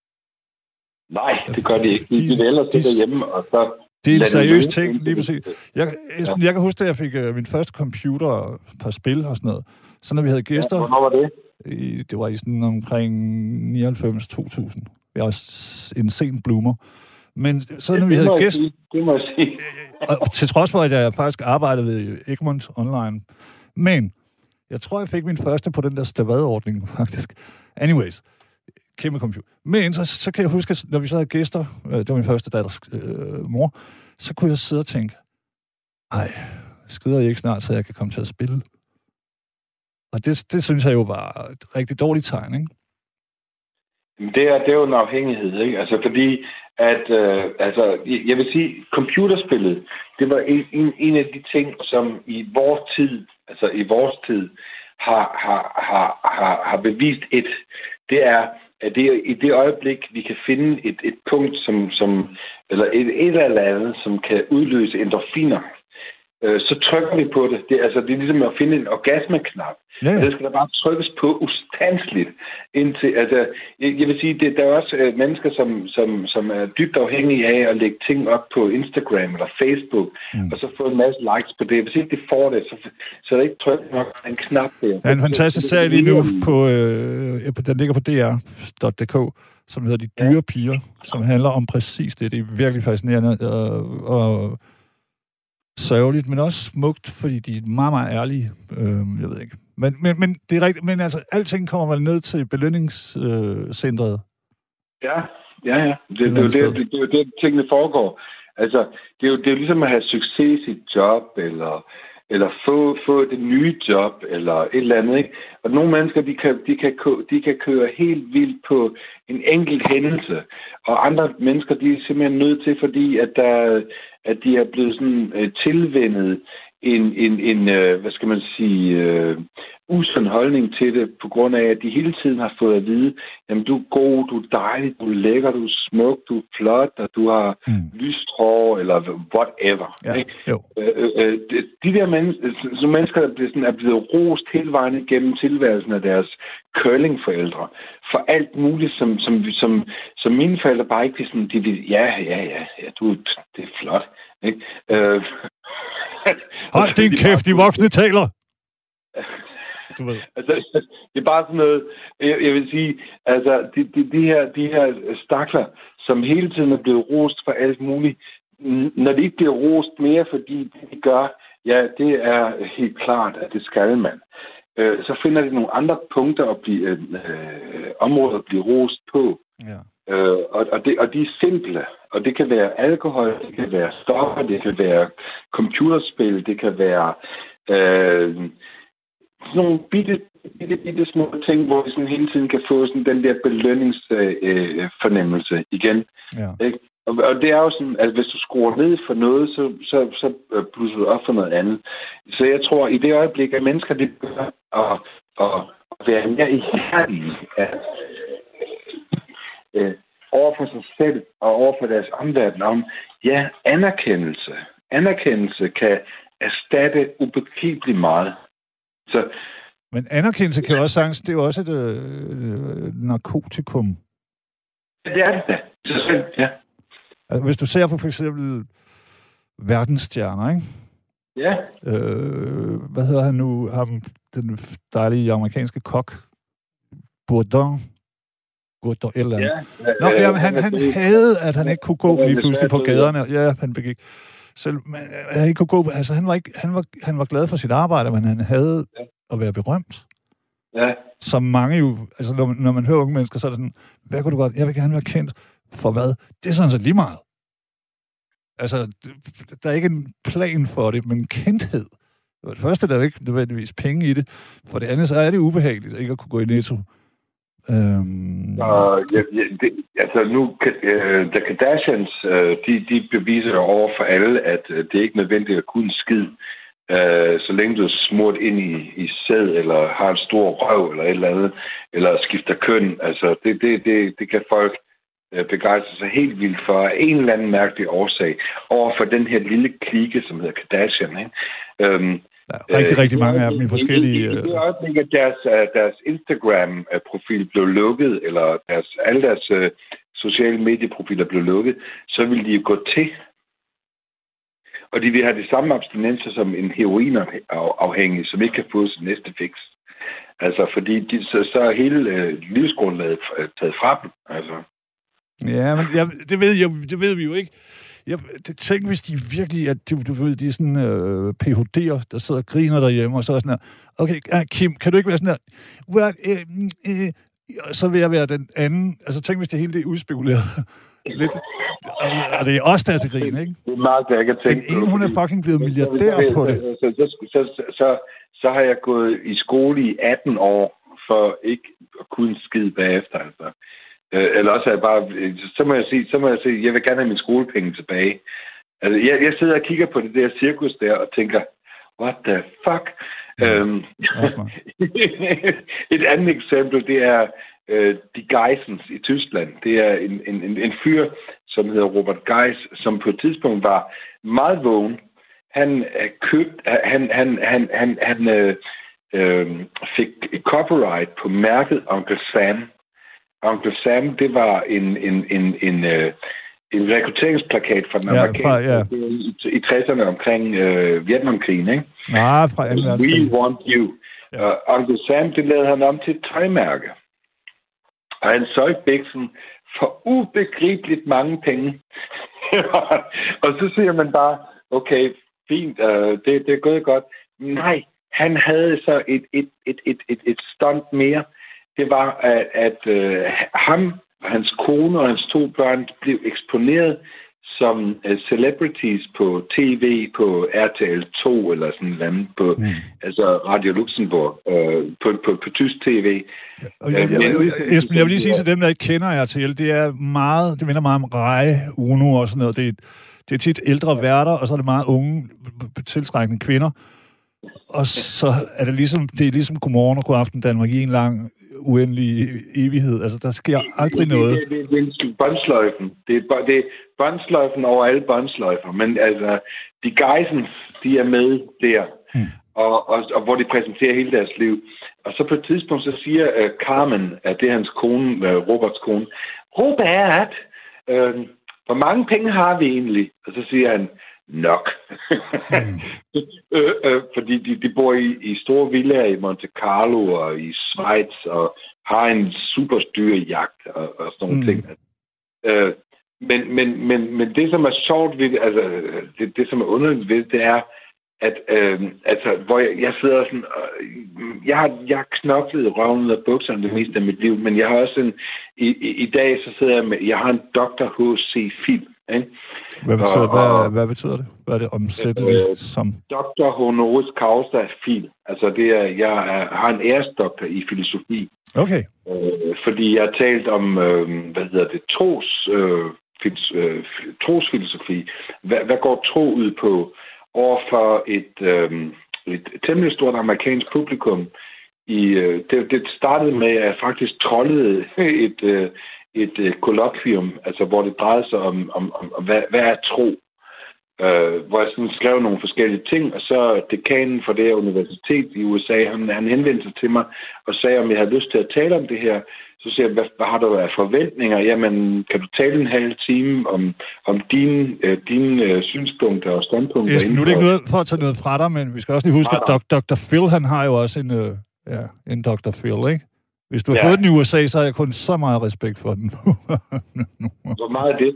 Nej, det gør de ikke. De, de vil ellers sidde derhjemme, og så... Det er en seriøs ting, lige præcis. Jeg, Esben, ja. jeg kan huske, at jeg fik uh, min første computer og et par spil og sådan noget. Så når vi havde gæster... Ja, hvornår var det? I, det var i sådan omkring nioghalvfems to tusind. Jeg var en sen bloomer. Men så når ja, vi havde gæster... Det må jeg sige. Og til trods for, at jeg faktisk arbejdede ved Egmont Online. Men jeg tror, jeg fik min første på den der Stavad-ordning, faktisk. Anyways, kæmpe computer. Men så, så kan jeg huske, at når vi så havde gæster, det var min første datters øh, mor, så kunne jeg sidde og tænke, ej, skider jeg ikke snart, så jeg kan komme til at spille? Og det, det synes jeg jo var et rigtig dårligt tegn, ikke? Det er, det er jo en afhængighed, ikke? Altså fordi, at, øh, altså, jeg vil sige, computerspillet, det var en, en, en af de ting, som i vores tid, altså i vores tid, har, har, har, har, har bevist et. Det er, at det er i det øjeblik, vi kan finde et, et punkt, som, som, eller et, et eller andet, som kan udløse endorfiner, øh, så trykker vi på det. Det, altså, det er ligesom at finde en orgasmeknap. Ja, ja. Det skal der bare trykkes på ustandsligt. Indtil, altså, jeg, jeg vil sige, det, der er også øh, mennesker, som, som, som er dybt afhængige af at lægge ting op på Instagram eller Facebook, mm. og så få en masse likes på det. Hvis ikke det får det, så, så er det ikke trykt nok en knap der. Der er en fantastisk serie lige nu, på, øh, den ligger på d r punktum d k, som hedder De Dyre Piger, som handler om præcis det. Det er virkelig fascinerende og, og sørgeligt, men også smukt, fordi de er meget, meget ærlige. Øh, jeg ved ikke. Men, men, men det er rigtigt, men altså, alting kommer vel ned til belønningscentret. Øh, ja, ja, ja. Det, det, det, det, det, det er jo det, tingene foregår. Altså, det er jo, det er jo ligesom at have succes i sit job, eller, eller få, få det nye job, eller et eller andet, ikke? Og nogle mennesker, de kan, de, kan, de kan køre helt vildt på en enkelt hændelse, og andre mennesker, de er simpelthen nødt til, fordi at, der, at de er blevet sådan uh, tilvænnet en, en, en uh, hvad skal man sige, uh, usund holdning til det, på grund af, at de hele tiden har fået at vide, jamen du er god, du er dejlig, du er lækker, du er smuk, du er flot, og du har mm. lyst hår, eller whatever. Ja, ikke? Jo. Uh, uh, de, de der mennesker, som mennesker, der bliver sådan, er blevet rost hele vejen igennem tilværelsen af deres curlingforældre, for alt muligt, som, som, som, som mine forældre bare ikke vil sådan, de vil, ja, ja, ja, ja, du, det er flot. Ikke? Uh, Hold din kæft, de voksne taler! Du ved. Altså, det er bare sådan noget, jeg, jeg vil sige, altså, de, de, de, her, de her stakler, som hele tiden er blevet rost for alt muligt, når de ikke bliver rost mere, fordi det de gør, ja, det er helt klart, at det skal man. Øh, så finder de nogle andre punkter at blive, øh, områder at blive rost på. Ja. Øh, og, og, det, og de er simple. Og det kan være alkohol, det kan være stoffer, det kan være computerspil, det kan være øh, sådan nogle bitte, bitte, bitte små ting, hvor vi sådan hele tiden kan få sådan den der belønningsfornemmelse øh, igen. Ja. Ikke? Og, og det er jo sådan, at hvis du skruer ned for noget, så, så, så blusser du op for noget andet. Så jeg tror, i det øjeblik, at mennesker de begynder at, at, at være mere ihærdige at, øh, over for sig selv og over for deres omverden om, ja, anerkendelse. Anerkendelse kan erstatte ubegribeligt meget. Så, men anerkendelse kan jo også sagtens, det er jo også et øh, narkotikum. Det er det da. Så, ja. Altså, hvis du ser på for eksempel verdensstjerner, ikke? Ja. Øh, hvad hedder han nu? Ham, den dejlige amerikanske kok. Bourdon. Bourdon, et eller andet. Ja. Nå, øh, jamen, han, han havde, at han ikke kunne gå lige pludselig på gaderne. Ja, han begik. Selv, men, han ikke kunne gå, altså, han var, ikke, han, var, han var glad for sit arbejde, men han havde ja. at være berømt. Ja. Som mange jo, altså når man, når man hører unge mennesker, så er det sådan, hvad kunne du godt, jeg vil gerne være kendt for hvad? Det er sådan set lige meget. Altså, der er ikke en plan for det, men kendthed. For det første, der er jo ikke nødvendigvis penge i det. For det andet, så er det ubehageligt ikke at kunne gå i Netto. Øhm... Og, ja, ja, det, altså nu, uh, The Kardashians, uh, de, de beviser over for alle, at uh, det er ikke nødvendigt at kunne en skid, uh, så længe du er smurt ind i, i sæd, eller har en stor røv, eller et eller andet, eller skifter køn. Altså, det, det, det, det kan folk uh, begejstre sig helt vildt for af en eller anden mærkelig årsag over for den her lille klike, som hedder Kardashian, ikke? Um, Der er rigtig, rigtig mange af dem i forskellige... I det øjeblik, at deres, deres Instagram-profil blev lukket, eller deres, alle deres uh, sociale medieprofiler blev lukket, så ville de jo gå til. Og de vil have de samme abstinenser som en heroinafhængig, som ikke kan få sit næste fix. Altså, fordi de, så, så er hele uh, livsgrundlaget taget fra dem. Altså. Ja, men jeg, det, ved jeg, det ved vi jo ikke. Jeg tænker, hvis de virkelig, at du, du ved, de er sådan øh, P H D'er, der sidder og griner derhjemme, og så er sådan her, okay, Kim, kan du ikke være sådan her, well, øh, øh, så vil jeg være den anden, altså tænk, hvis det hele det er udspekuleret lidt, og, og det er også der til grin, ikke? Det er meget, jeg kan tænke. Den ene, hun er fucking blevet milliardær på det. Så, så, så, så, så, så har jeg gået i skole i atten år, for ikke at kunne skide bagefter, altså. Eller også er jeg bare, så må jeg sige, så må jeg sige, jeg vil gerne have mine skolepenge tilbage. Altså, jeg, jeg sidder og kigger på det der cirkus der og tænker, what the fuck? Ja, øhm, et andet eksempel, det er øh, de Geissens i Tyskland. Det er en, en, en, en fyr, som hedder Robert Geiss, som på et tidspunkt var meget vågen. Han købte, han, han, han, han, han øh, øh, fik copyright på mærket Uncle Sam. Onkel Sam, det var en, en, en, en, uh, en rekrutteringsplakat fra den amerikanske ja, ja. i, i tresserne omkring uh, Vietnamkrigen, ikke? Nej, fra England. We want you. Ja. Uh, Onkel Sam, det lavede han om til et tøjmærke. Og han solgte biksen for ubegribeligt mange penge. Og så siger man bare, okay, fint, uh, det, det er gået godt. Nej, han havde så et, et, et, et, et, et stunt mere. Det var, at, at øh, ham, hans kone og hans to børn blev eksponeret som uh, celebrities på tv, på R T L to eller sådan noget, på mm. altså Radio Luxembourg, øh, på, på, på tysk tv. Ja, og jeg, jeg, jeg, jeg, jeg vil lige sige til dem, der ikke kender R T L, det er meget, det minder meget om Rai, Uno og sådan noget. Det er, det er tit ældre værter, og så er det meget unge, tiltrækkende kvinder. Og så er det ligesom, det er ligesom Godmorgen og Godaften Danmark i en lang uendelig evighed. Altså, der sker aldrig noget. Det, det, det, det er båndsløjfen. Det er, det er båndsløjfen over alle båndsløjfer. Men altså, de Geissens, de er med der. Hmm. Og, og, og hvor de præsenterer hele deres liv. Og så på et tidspunkt, så siger uh, Carmen, at det er hans kone, uh, Roberts kone, Robert, uh, hvor mange penge har vi egentlig? Og så siger han, nok. Mm. øh, øh, fordi de, de bor i, i store villaer i Monte Carlo og i Schweiz og har en super styr jagt og, og sådan nogle mm. ting. Øh, men, men, men, men det, som er sjovt ved det, altså det, det som er underligt ved det, det er, at øh, altså, hvor jeg, jeg sidder sådan, øh, jeg har, jeg har knoklet røven ud af bukserne det meste af mit liv, men jeg har også en, i, i, i dag så sidder jeg med, jeg har en doktor H C film. Ikke? Hvad betyder, og, hvad, hvad betyder det? Hvad er det omsætteligt øh, som? doktor honoris causa fil. Altså det er, jeg er, har en æresdoktor i filosofi. Okay. Øh, fordi jeg har talt om, øh, hvad hedder det, tros, øh, fils, øh, trosfilosofi. Hvad, hvad går tro ud på overfor et, øh, et temmelig stort amerikansk publikum? I, øh, det, det startede med, at jeg faktisk trollede et... Øh, et øh, kollokvium, altså hvor det drejede sig om, om, om, om hvad, hvad er tro? Øh, hvor jeg sådan skrev nogle forskellige ting, og så dekanen for det her universitet i U S A, han, han henvendte sig til mig og sagde, om jeg havde lyst til at tale om det her. Så siger jeg, hvad, hvad har du af forventninger? Jamen, kan du tale en halv time om, om dine, øh, dine øh, synspunkter og standpunkter? Yes, nu er det ikke noget for at tage noget fra dig, men vi skal også lige huske, at doktor Phil, han har jo også en, øh, ja, en doktor Phil, ikke? Hvis du har ja. fået den i U S A, så har jeg kun så meget respekt for den. Hvor meget er det?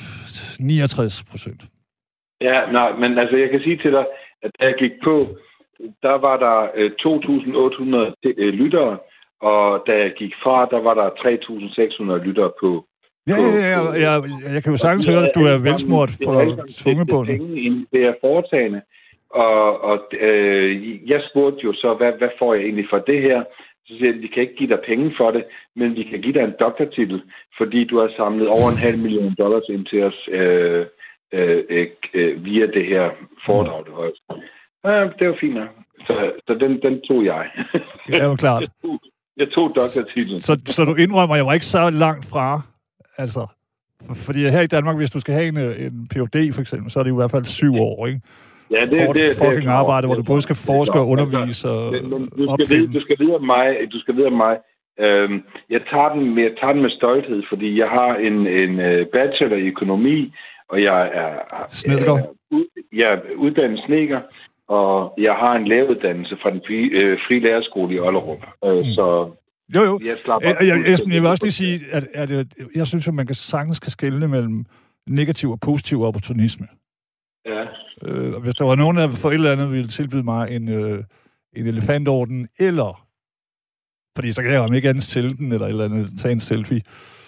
niogtres procent. Ja, nej, men altså, jeg kan sige til dig, at da jeg gik på, der var der øh, to tusind otte hundrede øh, lyttere, og da jeg gik fra, der var der tre tusind seks hundrede lyttere på. Ja, ja, ja, ja, ja. Jeg, jeg kan jo sagtens høre, at du er velsmurt for tvungebunden. Det er foretagende. Og, og øh, jeg spurgte jo så, hvad, hvad får jeg egentlig for det her? Så siger jeg, vi kan ikke give dig penge for det, men vi kan give dig en doktortitel, fordi du har samlet over en halv million dollars ind til os øh, øh, øh, via det her foredrag, du har. Ja, det var fint nok. Så, så den, den tog jeg. Det var klart. jeg, tog, jeg tog doktortitlen. Så, så du indrømmer, jeg var ikke så langt fra, altså, fordi her i Danmark, hvis du skal have en, en P H D for eksempel, så er det i hvert fald syv år, ikke? Ja, det, Hårdt det, fucking det er arbejde, hvor du både skal forske og undervise og men, men du, skal vide, du skal vide om mig, du skal vide om mig. Øhm, jeg, tager den med, jeg tager den med stolthed, fordi jeg har en, en bachelor i økonomi, og jeg er, er, jeg er uddannet snedker, og jeg har en læreruddannelse fra den fri, øh, fri lærerskole i Ollerup. Øh, mm. Så jo, jo. Jeg, jeg, jeg, jeg, jeg vil også lige sige, at, at, at jeg synes, at man kan sagtens kan skelne mellem negativ og positiv opportunisme. Ja. Øh, hvis der var nogen, der for et eller andet ville tilbyde mig en, øh, en elefantorden, eller, fordi så kan jeg jo ikke andet sælge den, eller et eller andet, tage en selfie,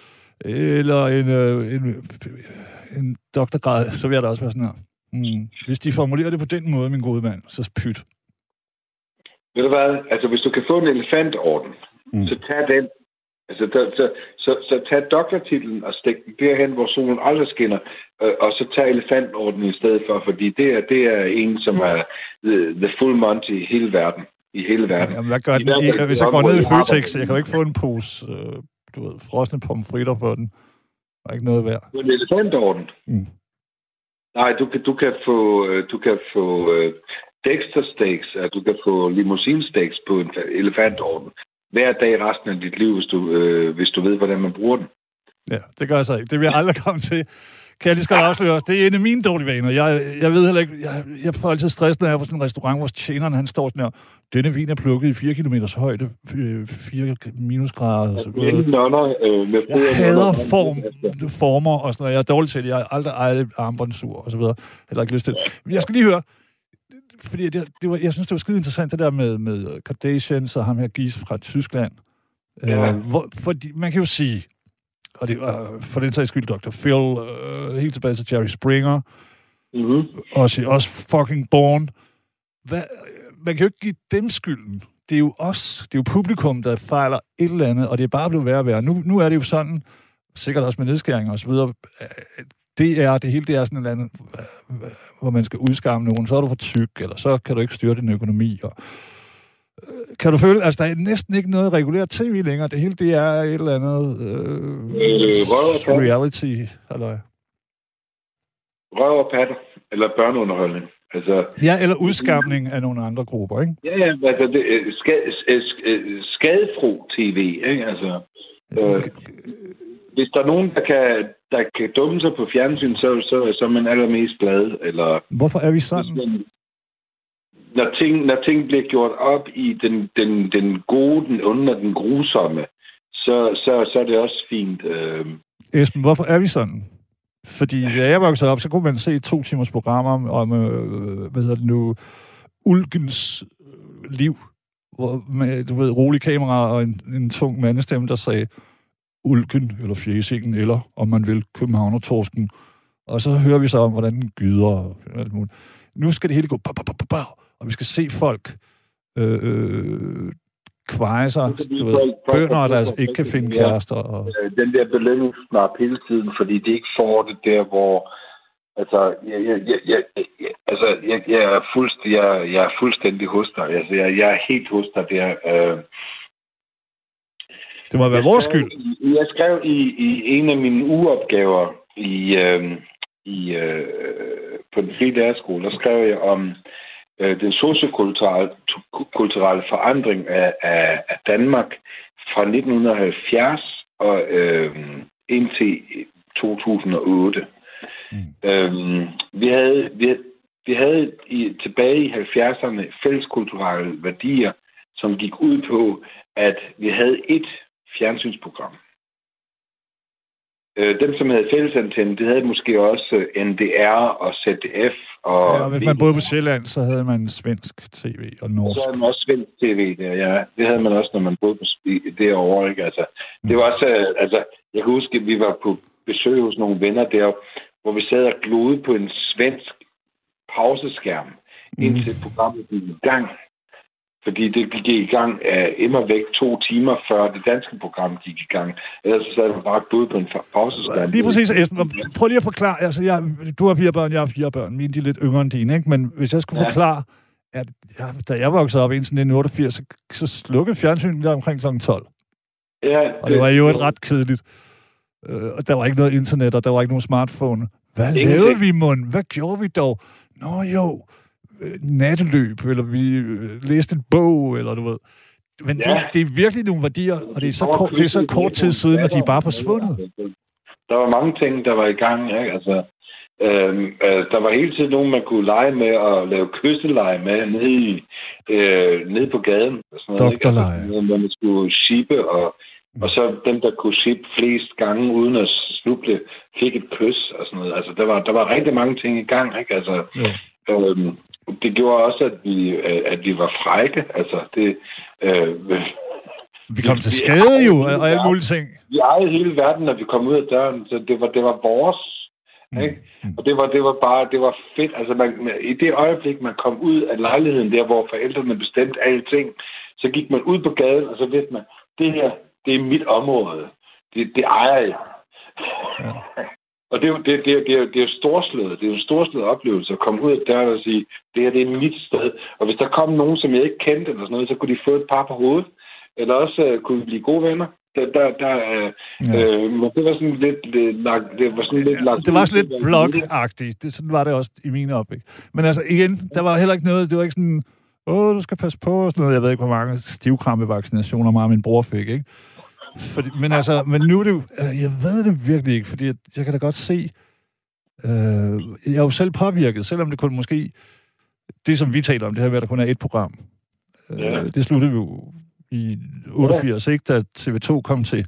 eller en, øh, en, en doktorgrad, så vil jeg da også være sådan her. Hmm. Hvis de formulerer det på den måde, min gode mand, så pyt. Ved du hvad? Altså, hvis du kan få en elefantorden, mm. så tag den. Altså, der, så, så, så tag doktortitlen og stik den derhen, hvor solen aldrig skinner, øh, og så tag elefantorden i stedet for, fordi det er, det er en, som er the, the full monty i hele verden. I hele verden. Jamen, hvad gør den? I, I, hvis jeg går ned i Føtex, jeg kan jo ikke få en pose, øh, du ved, frosne pomfritter for den. Der er ikke noget værd. Det er en elefantorden. Mm. Nej, du kan, du kan få, du kan få uh, Dexter steaks, altså du kan få limousine steaks på en elefantorden. Hver dag resten af dit liv, hvis du, øh, hvis du ved, hvordan man bruger den. Ja, det gør jeg så ikke. Det vil jeg aldrig komme til. Kan jeg lige skal afsløre også. Det er en af mine dårlige vaner. Jeg, jeg ved heller ikke, jeg, jeg får altid stress, når jeg er på sådan en restaurant, hvor tjeneren, han står sådan her, denne vin er plukket i fire kilometers højde, fire minusgrader. Så jeg, nonner, øh, med jeg hader form, former og sådan noget. Jeg er dårlig til det. Jeg har aldrig ejet armbåndsur og så videre. Heller ikke lyst til det. Men jeg skal lige høre, fordi det, det var, jeg synes, det var skide interessant, det der med, med Kardashians og ham her Gies fra Tyskland. Ja. Øh, hvor, fordi man kan jo sige, og det var for den sags skyld doktor Phil, øh, helt tilbage til Jerry Springer, mm-hmm. også, også fucking Born. Hvad, man kan jo ikke give dem skylden. Det er jo os, det er jo publikum, der fejler et eller andet, og det er bare blevet værre og værre. Nu, nu er det jo sådan, sikkert også med nedskæringer og så videre, det er, det hele det er sådan et eller andet, hvor man skal udskamme nogen, så er du for tyk, eller så kan du ikke styre din økonomi, og kan du føle, altså der er næsten ikke noget regulært tv længere, det hele det er et eller andet øh, reality, eller røv og patter, eller børneunderholdning. Altså, ja, eller udskamning af nogle andre grupper, ikke? Ja, ja, altså det, skade, skadefro tv, ikke? Altså, øh, hvis der er nogen, der kan, der kan dumme sig på fjernsyn, så, så, så er man allermest glad. Eller, hvorfor er vi sådan? Man, når, ting, når ting bliver gjort op i den, den, den gode, den onde og den grusomme, så, så, så er det også fint. Øh. Esben, hvorfor er vi sådan? Fordi da jeg voksede op, så kunne man se to timers programmer om, øh, hvad hedder det nu, Ulkens liv, hvor med, du ved, rolig kamera og en, en tung mandestemme, der sagde Ulken, eller Fjæsingen, eller om man vil, Københavner-torsken. Og så hører vi så om, hvordan den gyder og alt muligt. Nu skal det hele gå, og vi skal se folk øh, øh, kveje sig, du ved, bønder, der ikke kan finde kærester. Og den der belønningsknap hele tiden, fordi det ikke får det der, hvor altså, jeg, jeg, jeg, jeg, jeg, altså, jeg, jeg, er, fuldst, jeg, jeg er fuldstændig hos dig. Altså, jeg, jeg er helt hos dig der. Øh, det må være vores skyld. Jeg skrev i, i en af mine ugeopgaver i, øh, i, øh, på den frie lærerskole, der skrev jeg om øh, den sociokulturelle kulturelle forandring af, af, af Danmark fra nitten halvfjerds og øh, indtil to tusind og otte. Mm. Øhm, vi havde, vi, vi havde i, tilbage i halvfjerdserne fælleskulturelle værdier, som gik ud på, at vi havde et fjernsynsprogram. Øh, dem, som havde fællesantenne, det havde måske også N D R og Z D F. Og ja, og hvis man boede på Sjælland, så havde man svensk tv og norsk. Så havde man også svensk tv der, ja. Det havde man også, når man boede på derovre, ikke? Altså, det var også, altså, jeg kan huske, at vi var på besøg hos nogle venner der, hvor vi sad og glodede på en svensk pauseskærm, mm. indtil programmet gik i gang. Fordi det gik i gang af immervæk to timer før det danske program gik i gang. Ellers så sad man bare gået på en pauseskærm. Lige præcis, Esben. Prøv lige at forklare. Altså, jeg, du har fire børn, jeg har fire børn. Mine de er lidt yngre end dine, ikke? Men hvis jeg skulle ja. forklare, at ja, da jeg voksede op indtil nitten otteogfirs, så, så slukkede fjernsynet der omkring klokken tolv. Ja, det, og det var jo et ret kedeligt. Uh, og der var ikke noget internet, og der var ikke nogen smartphone. Hvad Ingen lavede vi, mund? Hvad gjorde vi dog? Nå jo, natteløb, eller vi øh, læste en bog, eller du ved. Men ja. det, det er virkelig nogle værdier, og det er så kort, det er så kort tid siden, at de er bare forsvundet. Der var mange ting, der var i gang, ikke? Altså, øhm, øh, der var hele tiden nogen, man kunne lege med, og lave kysseleje med, nede, i, øh, nede på gaden. Doktorleje. Altså, hvor man skulle shippe, og, og så dem, der kunne shippe flest gange, uden at snuble, fik et kys, og sådan noget. Altså, der var, der var rigtig mange ting i gang, ikke? Altså, ja. øhm, det gjorde også, at vi, at vi var frække. Altså, det... Øh, vi kom til skade jo, og alle mulige ting. Vi ejede hele verden, når vi kom ud af døren, så det var, det var vores. Mm. Ikke? Mm. Og det var, det var bare, det var fedt. Altså, man, i det øjeblik, man kom ud af lejligheden der, hvor forældrene bestemte alle ting, så gik man ud på gaden, og så vidste man, det her, det er mit område. Det, det ejer jeg. Ja. Og det er jo det, det, det, det er jo storslået. Det er jo en storslået oplevelse at komme ud af døren og sige, det her, det er mit sted. Og hvis der kom nogen, som jeg ikke kendte eller sådan noget, så kunne de få et par på hovedet. Eller også uh, kunne vi blive gode venner. Der, der, der, uh, ja. øh, det var sådan lidt, lidt lagt, det var sådan lidt ja, lagt. Det var sådan lidt blog-agtigt. Det, sådan var det også i min opvæk. Men altså igen, der var heller ikke noget, det var ikke sådan, åh, du skal passe på og sådan noget. Jeg ved ikke, hvor mange stivkrampevaccinationer mig og min bror fik, ikke? Fordi, men altså, men nu er det jo, jeg ved det virkelig ikke, fordi jeg, jeg kan da godt se, øh, jeg er jo selv påvirket, selvom det kun måske, det som vi taler om, det her med, at der kun er et program, ja. øh, det sluttede vi jo i otteogfirs, ja. Ikke, da T V to kom til.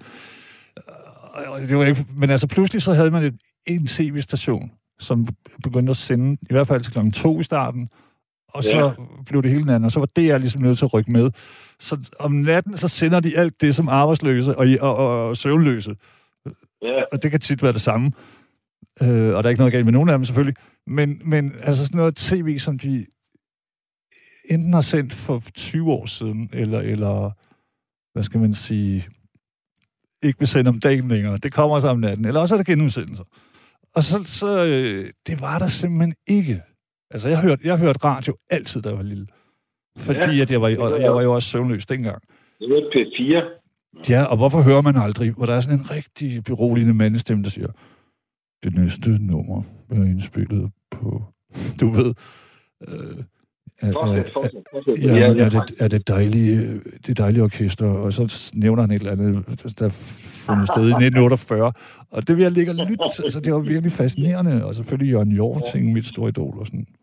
Øh, det var ikke, men altså pludselig så havde man et, en tv-station, som begyndte at sende, i hvert fald til klokken to i starten, og så ja. blev det hele andet, og så var D R ligesom nødt til at rykke med. Så om natten, så sender de alt det som arbejdsløse og, og, og, og søvnløse. Ja. Og det kan tit være det samme. Øh, og der er ikke noget galt med nogen af dem, selvfølgelig. Men, men altså sådan noget tv, som de enten har sendt for tyve år siden, eller, eller hvad skal man sige, ikke vil sende om dagen længere. Det kommer så om natten. Eller også er der genudsendelser. Og så, så øh, det var der simpelthen ikke. Altså, jeg hørte, jeg hørte radio altid, da jeg var lille. Fordi ja, at jeg, var, og jeg var jo også søvnløs dengang. Det var P fire. Ja, og hvorfor hører man aldrig, hvor der er sådan en rigtig beroligende mandestemme, der siger, det næste nummer er indspillet på, du ved, øh, er, fortsæt, fortsæt, fortsæt. Ja, ja, er, det, er det dejlige, det dejlige orkester, og så nævner han et eller andet, der fundet sted i nitten otteogfyrre, og det vil jeg ligge og lytte, altså det var virkelig fascinerende, og selvfølgelig Jørgen Hjorting, mit store idol og sådan.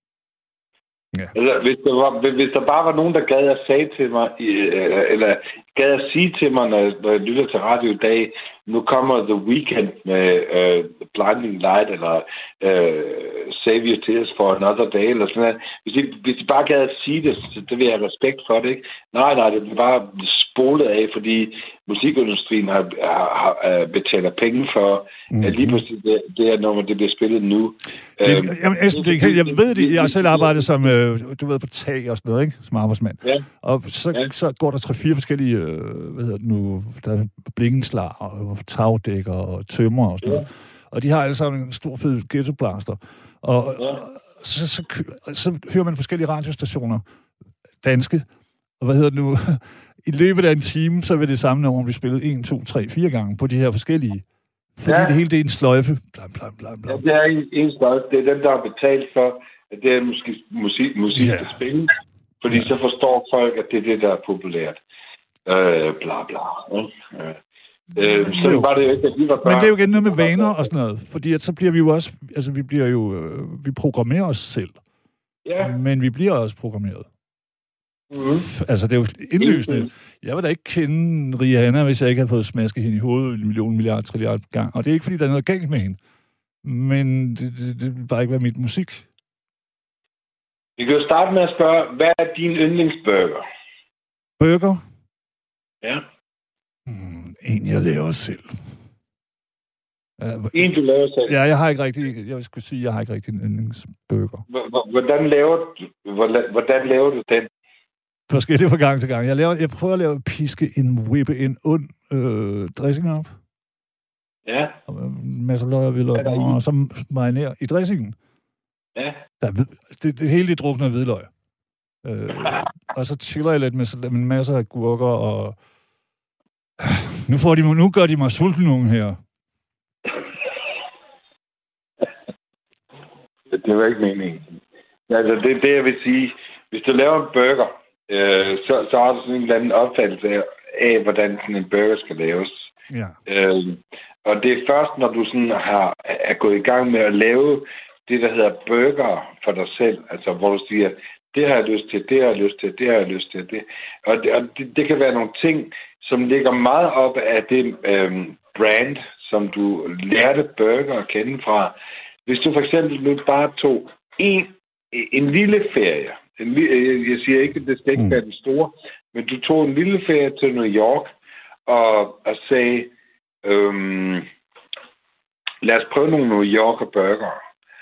Ja. Altså, hvis, der var, hvis der bare var nogen, der gad at sige til mig, eller gad at sige til mig, når, når jeg lytter til radio i dag, nu kommer The Weeknd med uh, Blinding Light, eller uh, Save Your Tears for Another Day, eller sådan noget. Hvis de, hvis de bare gad at sige det, så det vil jeg have respekt for det, ikke? Nej, nej, det bliver bare spolet af, fordi musikindustrien har, har, har betaler penge for mm-hmm. lige præcis det, det her nummer, det bliver spillet nu. Det, øhm, jeg, jeg, det, jeg, jeg ved det, jeg har selv arbejdet som, øh, du ved, på tag og sådan noget, ikke? Som arbejdsmand. Ja. Og så, ja. så går der tre-fire forskellige, øh, hvad hedder det nu, der er blikkenslag og tagdækker og tømmer og sådan ja. noget. Og de har alle sammen en stor fed ghettoblaster. Og, ja. og så, så, så, så hører man forskellige radiostationer, danske, og hvad hedder det nu, i løbet af en time, så vil det samme nummer blive spillet en, to, tre, fire gange på de her forskellige. Fordi ja. det hele det er en sløjfe. Blam, blam, blam, blam. Ja, det er en, en sløjfe. Det er dem, der har betalt for, at det er musik, musik, musik ja. der spiller. Fordi ja. så forstår folk, at det er det, der er populært. Øh, bla, bla. Ja. Øh, så var det jo ikke, at vi var børn. Men det er jo igen noget med vaner og sådan noget. Fordi at så bliver vi jo også, altså vi bliver jo, øh, vi programmerer os selv. Ja. Men vi bliver også programmeret. Mm-hmm. Altså, det er jo indlysende. Jeg vil da ikke kende Rihanna, hvis jeg ikke havde fået smasket hende i hovedet en million, milliard, trilliard gang. Og det er ikke, fordi der er noget galt med hende. Men det, det, det vil bare ikke være mit musik. Vi kan jo starte med at spørge, hvad er din yndlingsburger? Burger? Ja. Hmm, en, jeg laver selv. En, du laver selv? Ja, jeg har ikke rigtig, jeg skulle sige, jeg har ikke rigtig en yndlingsburger. Hvordan laver du, hvordan, hvordan laver du den? Forskelligt fra gang til gang. Jeg, laver, jeg prøver at lave piske en whippe en ond øh, dressing op. Ja. En masse løg og hvidløg, og så marinere i dressingen. Ja. Der er hvid, det, det hele det drukner hvidløg. Øh, og så chiller jeg lidt med, med masser af gurker, og nu, får de, nu gør de mig sulten, nogen her. Det var ikke meningen. Altså, det er det, jeg vil sige. Hvis du laver en burger, øh, så, så har du sådan en eller anden opfattelse af, af hvordan sådan en burger skal laves. Ja. Øh, og det er først, når du sådan har, er gået i gang med at lave det, der hedder burger for dig selv. Altså, hvor du siger, det har jeg lyst til, det har jeg lyst til, det har jeg lyst til. Det. Og, det, og det, det kan være nogle ting, som ligger meget op af det øh, brand, som du lærte burger at kende fra. Hvis du for eksempel nu bare tog en, en lille ferie, en, jeg siger ikke, at det skal ikke være den store, men du tog en lille ferie til New York og, og sagde, øhm, lad os prøve nogle New Yorker burger.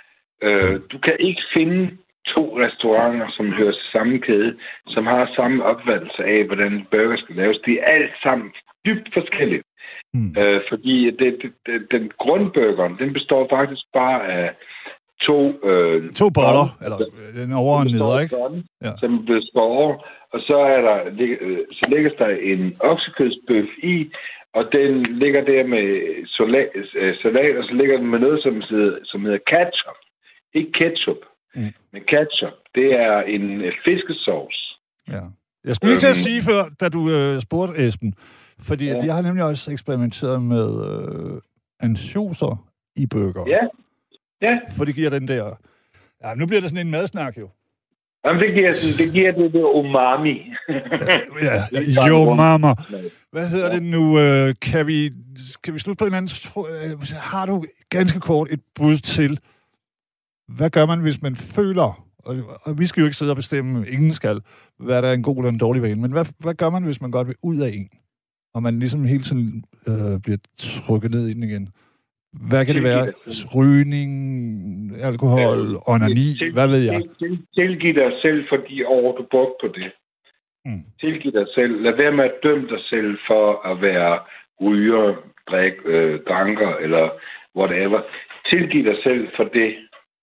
Øh, du kan ikke finde to restauranter, som hører til samme kæde, som har samme opfattelse af, hvordan burger skal laves. De er alt sammen dybt forskellige. Mm. Øh, fordi det, det, det, den grundburgeren, den består faktisk bare af to... Øh, to boller, eller den over og neder, ikke? Børn, ja. Som bliver skåret over, og så, er der, så ligger der en oksekødsbøf i, og den ligger der med salat, salat og så ligger den med noget, som hedder, som hedder ketchup. Ikke ketchup, mm. men ketchup. Det er en fiskesauce. Ja. Jeg skulle lige til at sige før, da du øh, spurgte Esben, fordi ja. jeg har nemlig også eksperimenteret med øh, ansjoser i burger. Ja. Ja. For det giver den der... Ja, nu bliver det sådan en madsnak jo. Jamen, det giver, det giver det der umami. ja, jo mama. Hvad hedder det nu? Kan vi, kan vi slutte på en anden... Har du ganske kort et bud til, hvad gør man, hvis man føler... Og vi skal jo ikke sidde og bestemme, ingen skal, hvad der er en god eller en dårlig vane, men hvad, hvad gør man, hvis man godt vil ud af en? Og man ligesom hele tiden øh, bliver trykket ned i den igen. Hvad kan det være? Rygning, alkohol, onani, hvad ved jeg? Til, tilgiv dig selv for de år, du brugte på det. Mm. Tilgiv dig selv. Lad være med at dømme dig selv for at være ryger, drik, øh, dranker eller whatever. Tilgiv dig selv for det.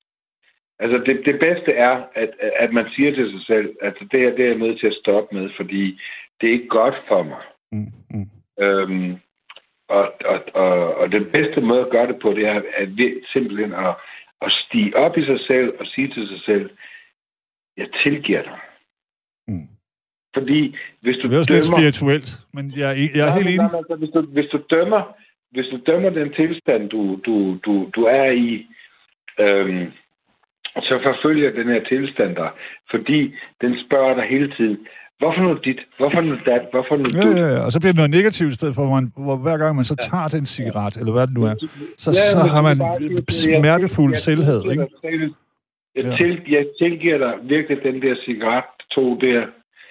Altså, det, det bedste er, at, at man siger til sig selv, at det her det er jeg nødt til at stoppe med, fordi det er ikke godt for mig. Mm. Mm. Øhm, Og, og, og, og den bedste måde at gøre det på, det er at simpelthen at, at stige op i sig selv og sige til sig selv, jeg tilgiver dig. Mm. Fordi hvis du det er også dømmer... lidt spirituelt, men jeg, jeg, jeg er helt enig. Altså, hvis, du, hvis, du dømmer, hvis du dømmer den tilstand, du, du, du, du er i, øhm, så forfølger den her tilstand dig. Fordi den spørger dig hele tiden, hvorfor nu dit? Hvorfor nu dat? Hvorfor nu ja, ja, ja. Og så bliver det noget negativt i stedet for, hvor, man, hvor hver gang man så tager den cigaret, eller hvad det nu er, så, ja, så har man smertefuld selvhed, ikke? Jeg, ja. til, jeg tilgiver dig virkelig den der cigaret, to der.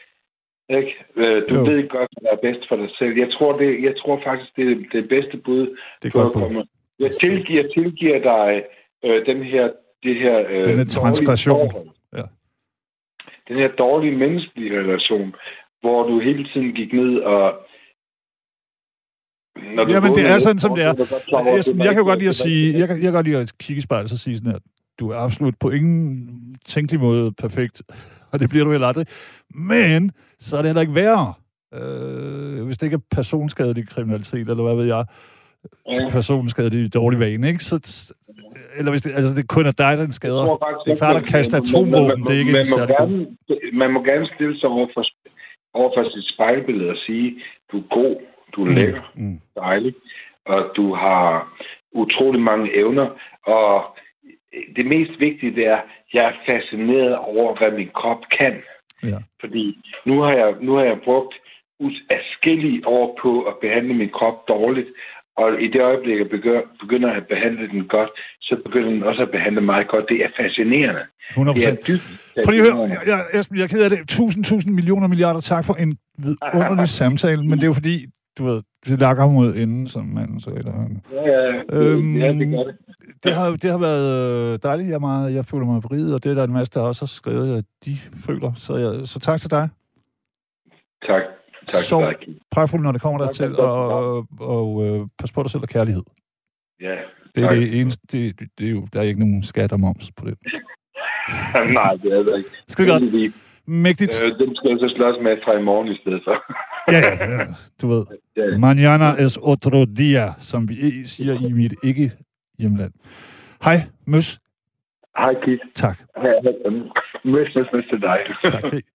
Ikke? Du jo. ved godt, hvad der er bedst for dig selv. Jeg tror, det, jeg tror faktisk, det er det bedste bud. Det for at komme. Jeg tilgiver, jeg tilgiver dig øh, den her, det her øh, denne transgression. Ja. Den her dårlige menneskelige relation, hvor du hele tiden gik ned og... Jamen, det er sådan, som det er. Jeg, jeg kan jo godt lide at sige... Jeg kan, jeg kan godt lide at kigge i spejlet og sige sådan her, du er absolut på ingen tænkelig måde perfekt, og det bliver du heller aldrig. Men så er det heller ikke værre. Øh, hvis det ikke er personskadelig kriminalitet, eller hvad ved jeg, ja. personskadelig dårlig vane, ikke? Så, eller hvis det, altså det kun er dig, der skader. Det er klart at kaste atomvåben, det er ikke man, en må særlig gerne, man må gerne stille sig over for, over for sit spejlbillede og sige, du er god, du er lækker, mm. dejlig, og du har utrolig mange evner, og det mest vigtige det er, jeg er fascineret over, hvad min krop kan. Ja. Fordi nu har jeg, nu har jeg brugt adskillige år på at behandle min krop dårligt, og i det øjeblik, jeg begynder, begynder at behandle den godt, så begynder den også at behandle mig godt. Det er fascinerende. hundrede procent. Det er dybt Prøv lige at høre, jeg, jeg, jeg er ked af det. Tusind, tusind millioner milliarder tak for en vidunderlig samtale, men det er jo fordi, du ved, det lakker mod enden, som man så eller Ja, ja, øhm, ja, det gør det. Det har, det har været dejligt. Jeg, er meget, jeg føler mig vridet, og det er der en masse, der også har skrevet, at de føler. Så, jeg, så tak til dig. Tak. Tak så til dig. prøvfuld, når det kommer der til, og, og, og øh, pas på dig selv og kærlighed. Ja. Det er det eneste, det, det, det er jo, der er ikke nogen skat og moms på det. Nej, det er der ikke. Skide godt. Mægtigt. Øh, dem skal jeg så slås med fra i morgen i stedet for. ja, ja, ja, du ved. Ja. Mañana es otro dia, som vi siger i mit ikke-hjemland. Hej, møs. Hej, Kit. Tak. Hej, møs, møs, møs til dig. Tak, hej.